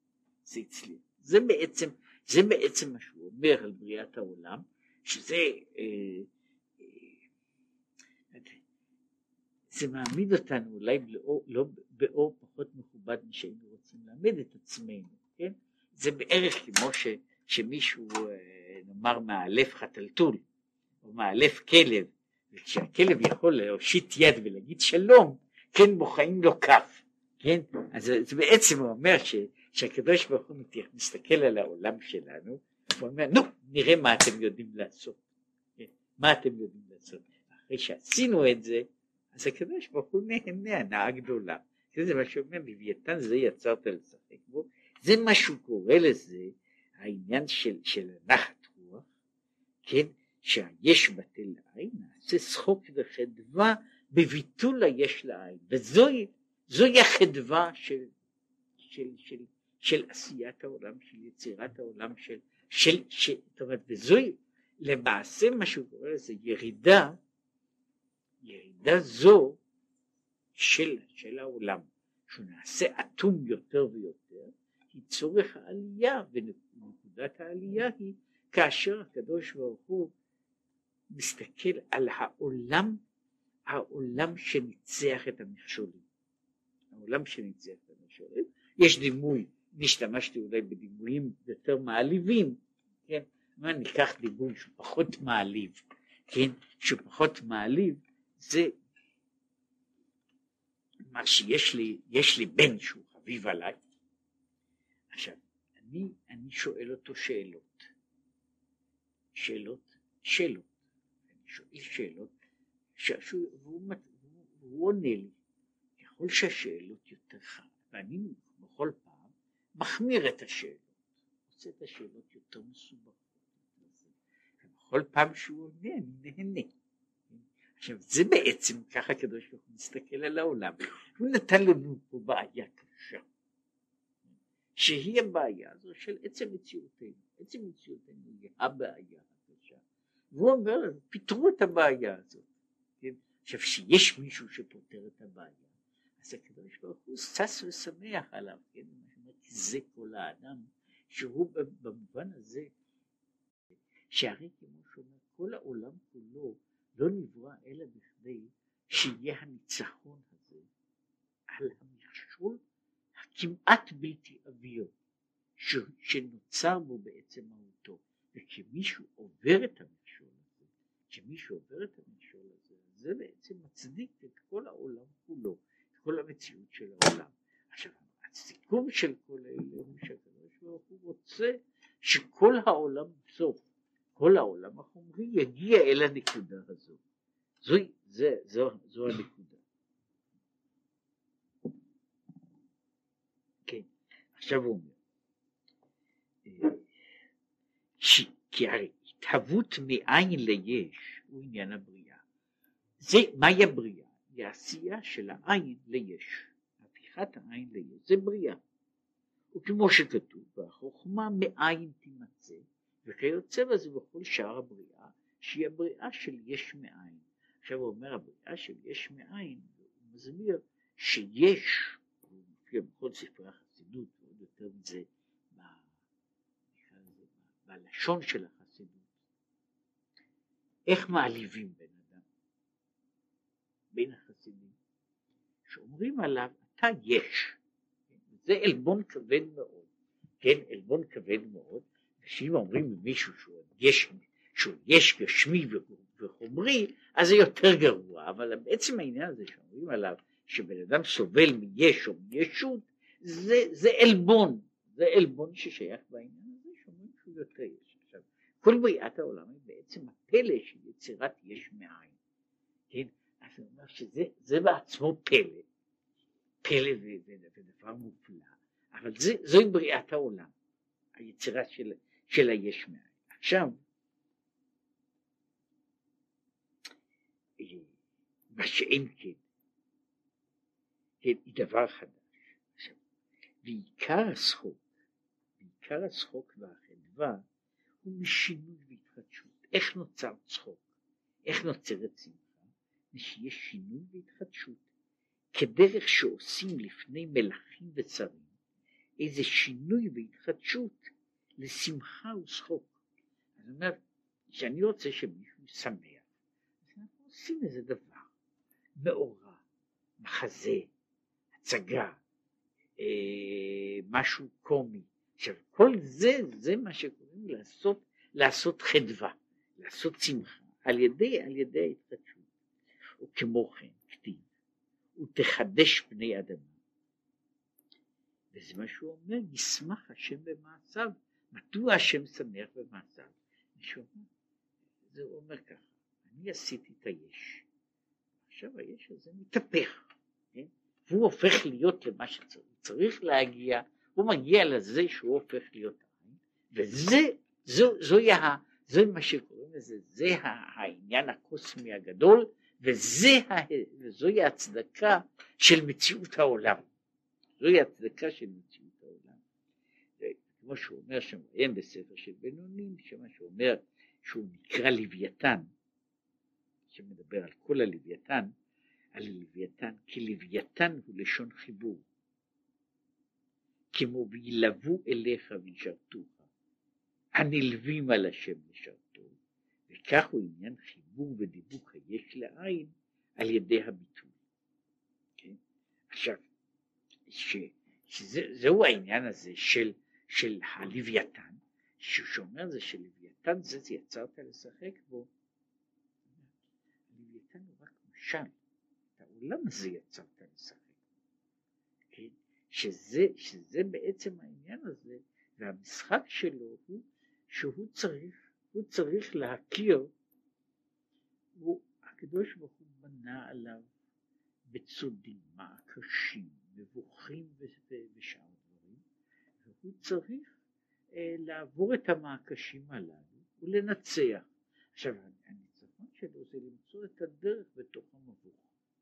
זה בעצם מה שהוא אומר על בריאת העולם, שזה זה מעמיד אותנו אולי לא באור פחות מכובד משהיינו רוצים להעמיד את עצמנו, כן? זה בערך כמו שמישהו נאמר מאלף חתלתול או מאלף כלב, וכשהכלב יכול להושיט יד ולהגיד שלום, כן, מוחאים לו כף, כן? אז זה בעצם הוא אומר שהקדוש ברוך הוא מסתכל על העולם שלנו, הוא אומר, נו, נראה מה אתם יודעים לעשות, כן? אחרי שעשינו את זה, אז הקדוש ברוך הוא נהנה הנאה גדולה. זה מה שאומר, לוויתן זה יצרת לשחק בו, זה מה שהוא קורא לזה, העניין של נחת רוח, כן, שהיש בטל לעין, נעשה שחוק וחדווה בביטול היש לעין, וזוהי החדווה של עשיית העולם, של יצירת העולם, זאת אומרת, וזוהי למעשה מה שהוא קורא לזה ירידה זו של העולם, שהוא נעשה אטום יותר ויותר, היא צורך העלייה, ונקודת העלייה היא כאשר הקדוש ברוך הוא מסתכל על העולם שניצח את המכשולים. יש דימוי השתמשתי אולי בדימויים יותר מעליבים, כן, מה ניקח דימוי שהוא פחות מעליב, כן, שהוא פחות מעליב, זה מה שיש לי בן שהוא חביב עליי. עכשיו, אני שואל אותו שאלות, אני שואל שאלות, והוא עונה לי, ככל שהשאלות יותר חד, ואני בכל פעם מחמיר את השאלות, עושה את השאלות יותר מסובכות, ובכל פעם שהוא עונה אני נהנה. עכשיו זה בעצם ככה הקדוש ברוך הוא מסתכל על העולם, הוא נתן לנו פה בעיה קשה, שהיא הבעיה הזו של עצם מציאותנו, עצם מציאותנו היא הבעיה הקשה, והוא אומר לנו פתרו את הבעיה הזאת, כן? עכשיו שיש מישהו שפותר את הבעיה, אז הקדוש ברוך הוא שש ושמח עליו, כן? כי זה כל האדם, שהוא במובן הזה, שהרי כמו שאומר, כל העולם כולו לא נברא אלא בכדי שיהיה הניצחון הזה על המכשול הכמעט בלתי עביר שנוצר בו בעצם מהותו, וכמישהו עובר את המכשול הזה, זה בעצם מצדיק את כל העולם כולו, את כל המציאות של העולם. עכשיו הסיכום של כל אלה הוא שהקדוש ברוך הוא רוצה שכל העולם בסוף, כל העולם החומרי יגיע אל הנקודה הזו. זו הנקודה. כן, עכשיו הוא אומר, כי הרי התהוות מאין ליש הוא עניין הבריאה. מהי הבריאה? היא העשייה של העין ליש. הפיכת העין ליש, זה בריאה. וכמו שכתוב, והחוכמה מאין תימצא, וכיוצא בזה בכל שאר הבריאה, שהיא הבריאה של יש מאין. עכשיו הוא אומר, הבריאה של יש מאין, הוא מסביר שיש, הוא מופיע בכל ספרי החסידות, ועוד יותר מזה, בלשון של החסידות, איך מעליבים בן אדם, בין החסידים, שאומרים עליו, אתה יש, זה אלבון כבד מאוד, כן, אלבון כבד מאוד, שאם אומרים למישהו שהוא יש גשמי וחומרי, אז זה יותר גרוע, אבל בעצם העניין הזה שאומרים עליו שבן אדם סובל מיש או מישות, זה אלבון, זה אלבון ששייך בעניין הזה שאומרים שהוא יותר יש. עכשיו, כל בריאת העולם היא בעצם הפלא של יצירת יש מאין, כן? אז הוא אומר שזה בעצמו פלא ודבר מופלא, אבל זוהי בריאת העולם, היצירה של היש מאין. עכשיו, מה שאין כן, היא דבר חדש. עכשיו, ועיקר הצחוק והחדווה הוא משינוי והתחדשות. איך נוצר צחוק? איך נוצרת שמחה? שיש שינוי והתחדשות. כדרך שעושים לפני מלכים וצרים, איזה שינוי והתחדשות לשמחה וצחוק. זאת אומרת, שאני רוצה שמישהו שמח, אז אנחנו עושים איזה דבר, מאורע, מחזה, הצגה, משהו קומי. עכשיו, כל זה מה שקוראים לעשות חדווה, לעשות שמחה, על ידי ההתחדשות. וכמו כן, כתיב, ותחדש פני אדמה. וזה מה שהוא אומר, ישמח השם במעשיו. מדוע השם שמח במעשיו? זה אומר ככה, אני עשיתי את היש, עכשיו היש הזה מתהפך, כן? והוא הופך להיות למה שצריך להגיע, הוא מגיע לזה שהוא הופך להיות עין, וזה מה שקוראים לזה, זה העניין הקוסמי הגדול, וזוהי הצדקה של מציאות העולם. זוהי הצדקה של מציאות העולם. כמו שהוא אומר שמעיין בספר של בינונים, שמה שהוא אומר שהוא נקרא לוויתן, שמדבר על כל הלוויתן, על לוויתן, כי לוויתן הוא לשון חיבור. כמו וילבו אליך וישרתוך, הנלווים על השם לשרתו, וכך הוא עניין חיבור ודיבוק היש לעין על ידי הביטוי. כן? עכשיו, שזהו העניין הזה של הלוויתן, שאומר זה שלוויתן זה יצרת לשחק בו. הלוויתן הוא רק משל, את העולם הזה יצרת לשחק, כן? שזה בעצם העניין הזה, והמשחק שלו הוא שהוא צריך להכיר, הקדוש ברוך הוא בנה עליו בצודים, מעקשים, מבוכים ושאר דברים, והוא צריך לעבור את המעקשים הללו ולנצח. עכשיו הניצחון שלו זה למצוא את הדרך בתוך המבוך,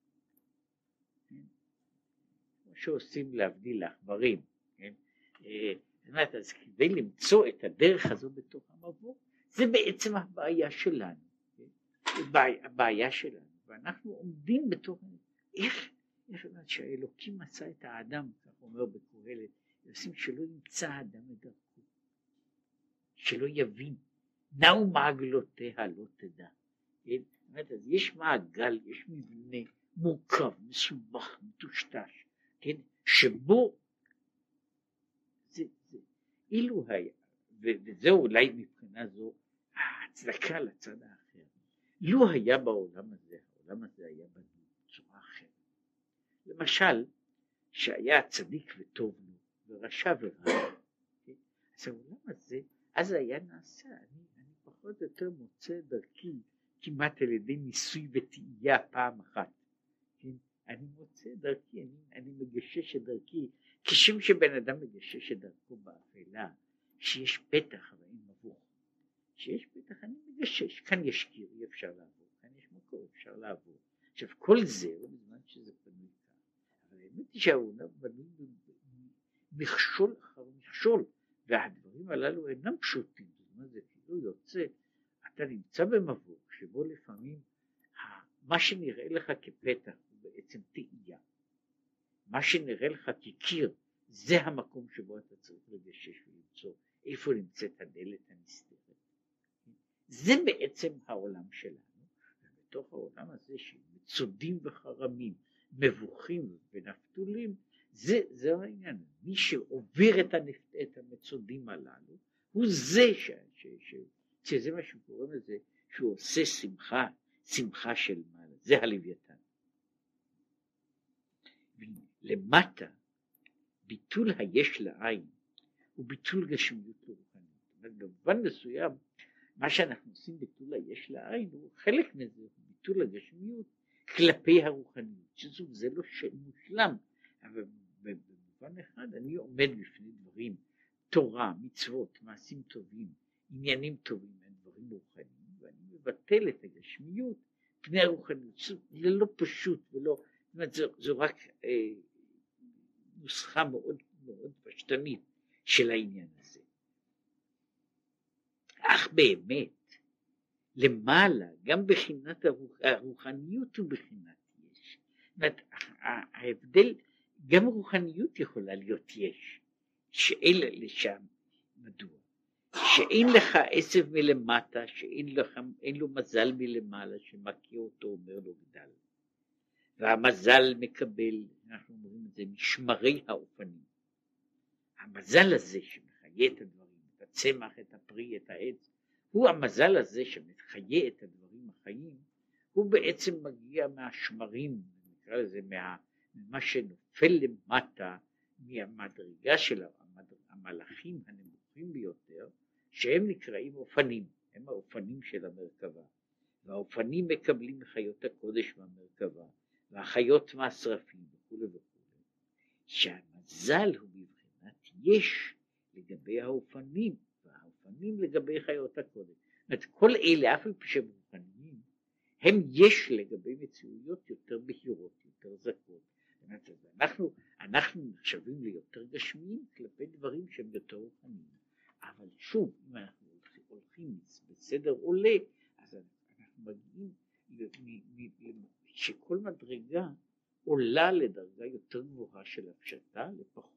כמו שעושים להבדיל לעכברים, כן? אז כדי למצוא את הדרך הזו בתוך המבוך, זה בעצם הבעיה שלנו, הבעיה שלנו, ואנחנו עומדים בתוך, איך אומרת שהאלוקים מצא את האדם, כך אומר בקהלת, עושים שלא ימצא האדם את דרכו, שלא יבין, נאו מעגלותיה לא תדע. אז יש מעגל, יש מבנה מורכב, מסובך, מטושטש, כן? שבו אילו היה, וזה אולי מבחינה זו ההצדקה לצד האחר, לו היה בעולם הזה, העולם הזה היה בנוי בצורה אחרת. למשל, שהיה צדיק וטוב לו, ורשע ורע, אז העולם הזה, אז היה נעשה, אני פחות או יותר מוצא דרכי, כמעט על ידי ניסוי וטעייה פעם אחת, כן? אני מוצא דרכי, אני מגשש את דרכי, כשם שבן אדם מגשש את דרכו באפלה, שיש פתח אבל אין מבוך, שיש פתח אני מגשש, כאן יש קיר, אי אפשר לעבור, כאן יש מקור, אפשר לעבור. עכשיו כל זה, לא בזמן שזה פנוי כאן, אבל האמת היא שהעולם בנוי מכשול אחר מכשול, והדברים הללו אינם פשוטים, זאת אומרת זה כאילו יוצא, אתה נמצא במבוך, שבו לפעמים מה שנראה לך כפתח הוא בעצם תאייה, מה שנראה לך כקיר, זה המקום שבו אתה צריך לגשש ולמצוא איפה נמצאת הדלת הנסתרת. זה בעצם העולם שלנו, ובתוך העולם הזה שמצודים וחרמים, מבוכים ונפתולים, זה העניין. מי שעובר את המצודים הללו, הוא זה שזה מה שהוא קורא לזה, שהוא עושה שמחה של מעלה, זה הלוויתן. למטה, ביטול היש לעין הוא ביטול גשמיות לרוחניות. במובן מסוים, מה שאנחנו עושים ביטול היש לעין הוא חלק מזה, הוא ביטול הגשמיות כלפי הרוחניות, שזה לא מושלם, אבל במובן אחד אני עומד בפני דברים, תורה, מצוות, מעשים טובים, עניינים טובים, דברים רוחניים, ואני מבטל את הגשמיות פני הרוחניות. זה לא פשוט ולא, זאת אומרת, זו רק נוסחה מאוד מאוד פשטנית של העניין הזה. אך באמת, למעלה, גם בחינת הרוחניות ובחינת יש. זאת אומרת, ההבדל, גם רוחניות יכולה להיות יש, שאלה לשם, מדוע? שאין לך עשב מלמטה, שאין לו מזל מלמעלה, שמכיר אותו אומר לו גדל. והמזל מקבל, אנחנו אומרים את זה, משמרי האופנים. המזל הזה שמחיה את הדברים, את הצמח, את הפרי, את העץ, הוא המזל הזה שמחיה את הדברים החיים, הוא בעצם מגיע מהשמרים, נקרא לזה, ממה שנופל למטה, מהמדרגה של המלאכים הנמוכים ביותר, שהם נקראים אופנים, הם האופנים של המרכבה. והאופנים מקבלים מחיות הקודש מהמרכבה, והחיות מהשרפים וכו' וכו'. שהמזל הוא בבחינת יש לגבי האופנים, והאופנים לגבי חיות הקודש. זאת אומרת, כל אלה, אף על פי שהם רוחניים, הם יש לגבי מציאויות יותר בהירות, יותר זכות. אנחנו נחשבים ליותר גשמיים כלפי דברים שהם יותר רוחניים. אבל שוב, אם אנחנו הולכים בסדר עולה, אז אנחנו מגיעים שכל מדרגה עולה לדרגה יותר גבוהה של הפשטה,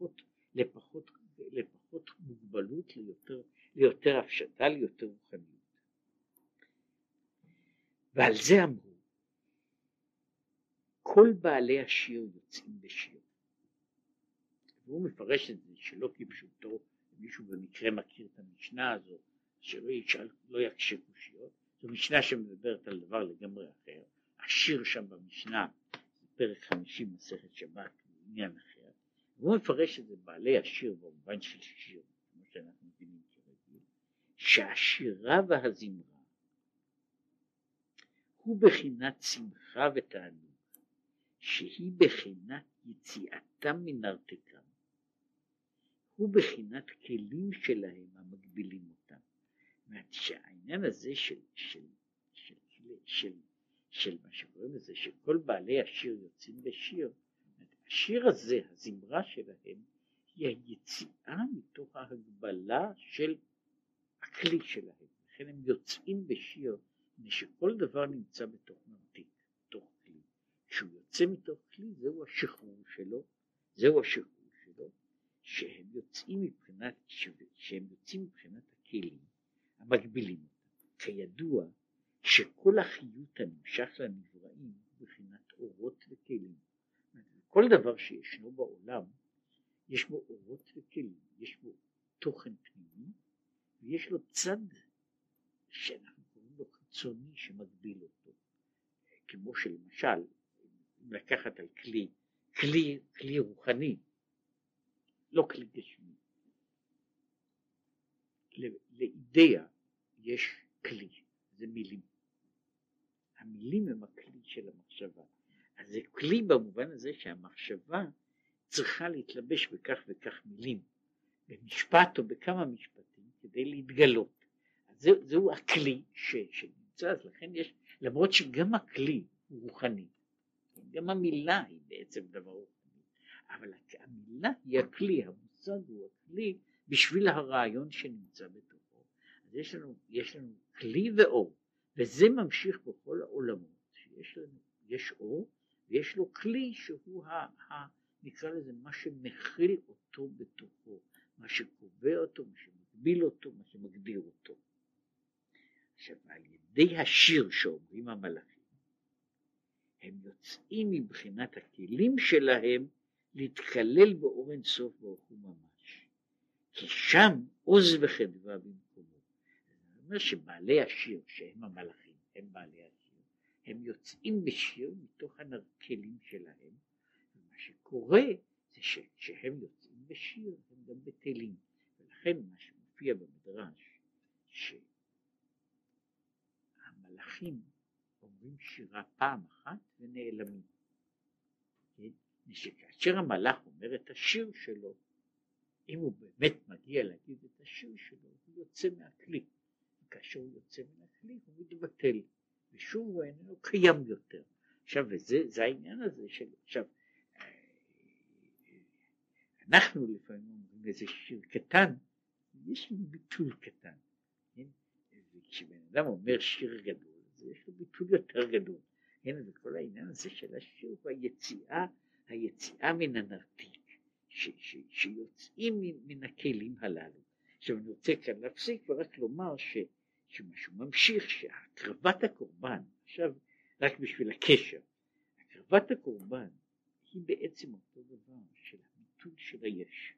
לפחות מוגבלות, ליותר הפשטה, ליותר רוחניות. ועל זה אמרו, כל בעלי השיר יוצאים בשיר. והוא מפרש את זה שלא כפשוטו, מישהו במקרה מכיר את המשנה הזו, שלא ישאל, לא יקשה קושיות, זו משנה שמדברת על דבר לגמרי אחר, השיר שם במשנה, פרק 50 מסכת שבת, עניין אחר, והוא מפרש את זה בעלי השיר במובן של שיר, כמו שאנחנו מבינים כרגיל, שהשירה והזמרה הוא בחינת שמחה ותענוג, שהיא בחינת יציאתם מנרתיקם, הוא בחינת כלים שלהם המגבילים אותם. זאת אומרת שהעניין הזה של מה שקוראים לזה, שכל בעלי השיר יוצאים בשיר, השיר הזה, הזמרה שלהם, היא היציאה מתוך ההגבלה של הכלי שלהם. לכן הם יוצאים בשיר, שכל דבר נמצא בתוך נרתיק, בתוך כלי. כשהוא יוצא מתוך כלי, זהו השחרור שלו, שהם יוצאים מבחינת הכלים המגבילים אותם. כידוע שכל החיות הנמשך לנבראים הוא בחינת אורות וכלים. כל דבר שישנו בעולם יש בו אורות וכלים, יש בו תוכן פנימי ויש לו צד שאנחנו קוראים לו חיצוני שמגביל אותו, כמו שלמשל אם לקחת על כלי רוחני, לא כלי גשמי, לאידאה יש כלי, זה מילים. המילים הם הכלי של המחשבה. אז זה כלי במובן הזה שהמחשבה צריכה להתלבש בכך וכך מילים, במשפט או בכמה משפטים כדי להתגלות. אז זהו הכלי שנמצא. אז לכן יש, למרות שגם הכלי הוא רוחני, גם המילה היא בעצם דבר רוחני, אבל המילה היא הכלי, המושג הוא הכלי בשביל הרעיון שנמצא בתוכו. אז יש לנו כלי ואור, וזה ממשיך בכל העולמות, יש אור ויש לו כלי שהוא נקרא לזה מה שמכיל אותו בתוכו, מה שקובע אותו, מה שמגביל אותו, מה שמגדיר אותו. עכשיו על ידי השיר שאומרים המלאכים, הם יוצאים מבחינת הכלים שלהם להתקלל באור אין סוף ברוך הוא ממש, כי שם עוז וחדווה במקומו. זאת אומרת שבעלי השיר שהם המלאכים, הם בעלי השיר, הם יוצאים בשיר מתוך הכלים שלהם, ומה שקורה זה שהם יוצאים בשיר הם גם בטלים. ולכן מה שמופיע במדרש שהמלאכים אומרים שירה פעם אחת ונעלמים, שכאשר המלאך אומר את השיר שלו, אם הוא באמת מגיע להגיד את השיר שלו, הוא יוצא מהכלי, וכאשר הוא יוצא מן הכלי הוא מתבטל ושוב הוא איננו קיים יותר. עכשיו וזה העניין הזה של עכשיו אנחנו לפעמים אומרים איזה שיר קטן, יש לנו ביטול קטן, כן? וכשבן אדם אומר שיר גדול אז יש לו ביטול יותר גדול, כן? וכל העניין הזה של השיר הוא היציאה מן הנרתיק, שיוצאים מן הכלים הללו. עכשיו אני רוצה כאן להפסיק ורק לומר שמשהו ממשיך, שהקרבת הקורבן, עכשיו רק בשביל הקשר, הקרבת הקורבן היא בעצם אותו דבר של הביטול של היש,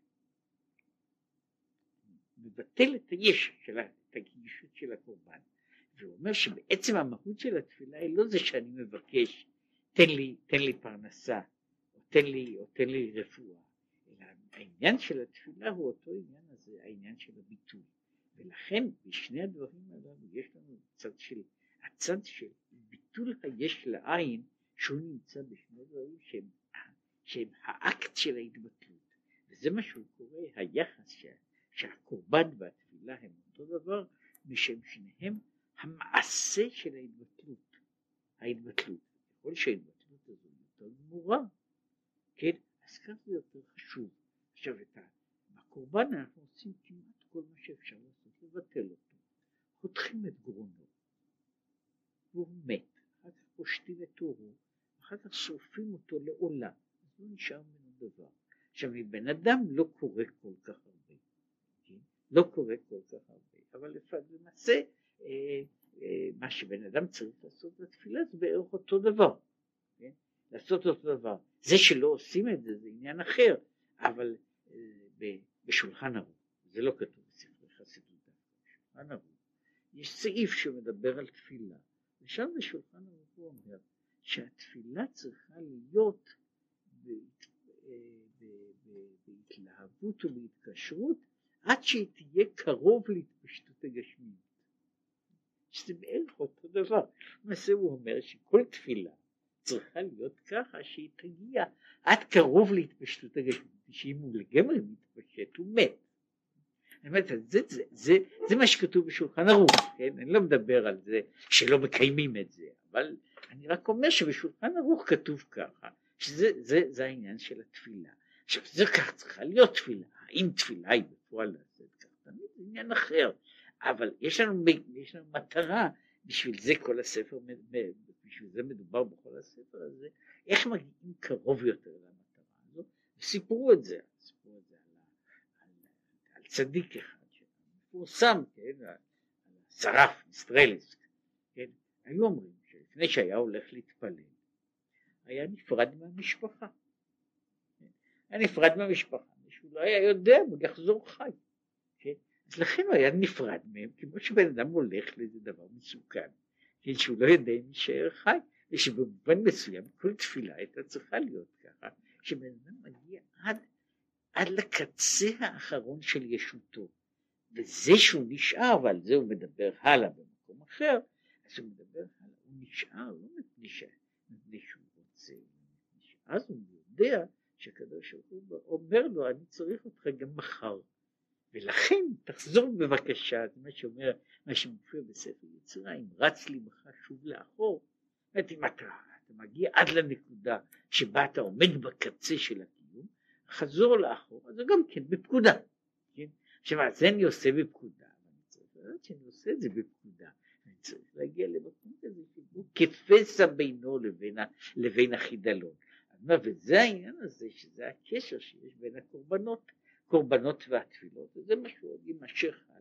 מבטל את היש, את הגישות של הקורבן, והוא אומר שבעצם המהות של התפילה היא לא זה שאני מבקש תן לי פרנסה או תן לי רפואה, אלא העניין של התפילה הוא אותו עניין הזה, העניין של הביטול. ולכן בשני הדברים הללו יש לנו הצד של ביטול היש לעין, שהוא נמצא בשני דברים שהם האקט של ההתבטלות, וזה מה שהוא קורא היחס שהקורבן והתפילה הם אותו דבר, משם שניהם המעשה של ההתבטלות. ככל שההתבטלות הזו יותר גמורה, כן, אז כך זה יותר חשוב. עכשיו בקורבן אנחנו עושים כמעט כל מה שאפשר לעשות, לבטל אותו, חותכים את גרונו והוא מת, אחר כך פושטים את עורו, אחר כך שורפים אותו לעולם, אז לא נשאר ממנו דבר. עכשיו מבן אדם לא קורה כל כך הרבה, כן? לא קורה כל כך הרבה, אבל למעשה מה שבן אדם צריך לעשות בתפילה זה בערך אותו דבר, כן? לעשות אותו דבר. זה שלא עושים את זה זה עניין אחר, אבל בשולחן ערוך, זה לא כתוב בספרי חסידות דווקא, בשולחן ערוך יש סעיף שמדבר על תפילה, ושם בשולחן ערוך הוא אומר שהתפילה צריכה להיות בהתלהבות ובהתקשרות עד שהיא תהיה קרוב להתפשטות הגשמיות, שזה בערך אותו דבר. למעשה הוא אומר שכל תפילה צריכה להיות ככה שהיא תגיע עד קרוב להתפשטות הגשמיות, שאם הוא לגמרי מתפשט הוא מת. זה מה שכתוב בשולחן ערוך, כן? אני לא מדבר על זה שלא מקיימים את זה, אבל אני רק אומר שבשולחן ערוך כתוב ככה, שזה העניין של התפילה. עכשיו זה כך צריכה להיות תפילה, האם תפילה היא בפועל לעשות כך, תמיד זה עניין אחר, אבל יש לנו מטרה, בשביל זה כל הספר, בשביל זה מדובר בכל הספר הזה, איך מגיעים קרוב יותר למטרה הזו, וסיפרו את זה על צדיק אחד שמפורסם, כן, על שרף, מיסטרלס, כן, היו אומרים שלפני שהיה הולך להתפלל, היה נפרד מהמשפחה, היה נפרד מהמשפחה, שהוא לא היה יודע, הוא יחזור חי, כן? אז לכן הוא היה נפרד מהם, כמו שבן אדם הולך לאיזה דבר מסוכן, כן? שהוא לא יודע אם יישאר חי, ושבמובן מסוים כל תפילה הייתה צריכה להיות ככה, שבן אדם מגיע עד לקצה האחרון של ישותו, וזה שהוא נשאר, ועל זה הוא מדבר הלאה במקום אחר, אז הוא מדבר הלאה, הוא נשאר, לא מפני שהוא רוצה, אז הוא יודע שהקדוש ברוך הוא אומר לו, אני צריך אותך גם מחר, ולכן תחזור בבקשה, זה מה שאומר, מה שמופיע בספר יצירה, אם רץ ליבך שוב לאחור, אם אתה מגיע עד לנקודה שבה אתה עומד בקצה של הקיום, חזור לאחור, אז זה גם כן בפקודה, כן? עכשיו, זה אני עושה בפקודה, אני צריך לדעת שאני עושה את זה בפקודה, אני צריך להגיע למקום כזה, שהוא כפסע בינו לבין החידלון, וזה העניין הזה, שזה הקשר שיש בין הקורבנות והתפילות, וזה מה שהוא עוד יימשך.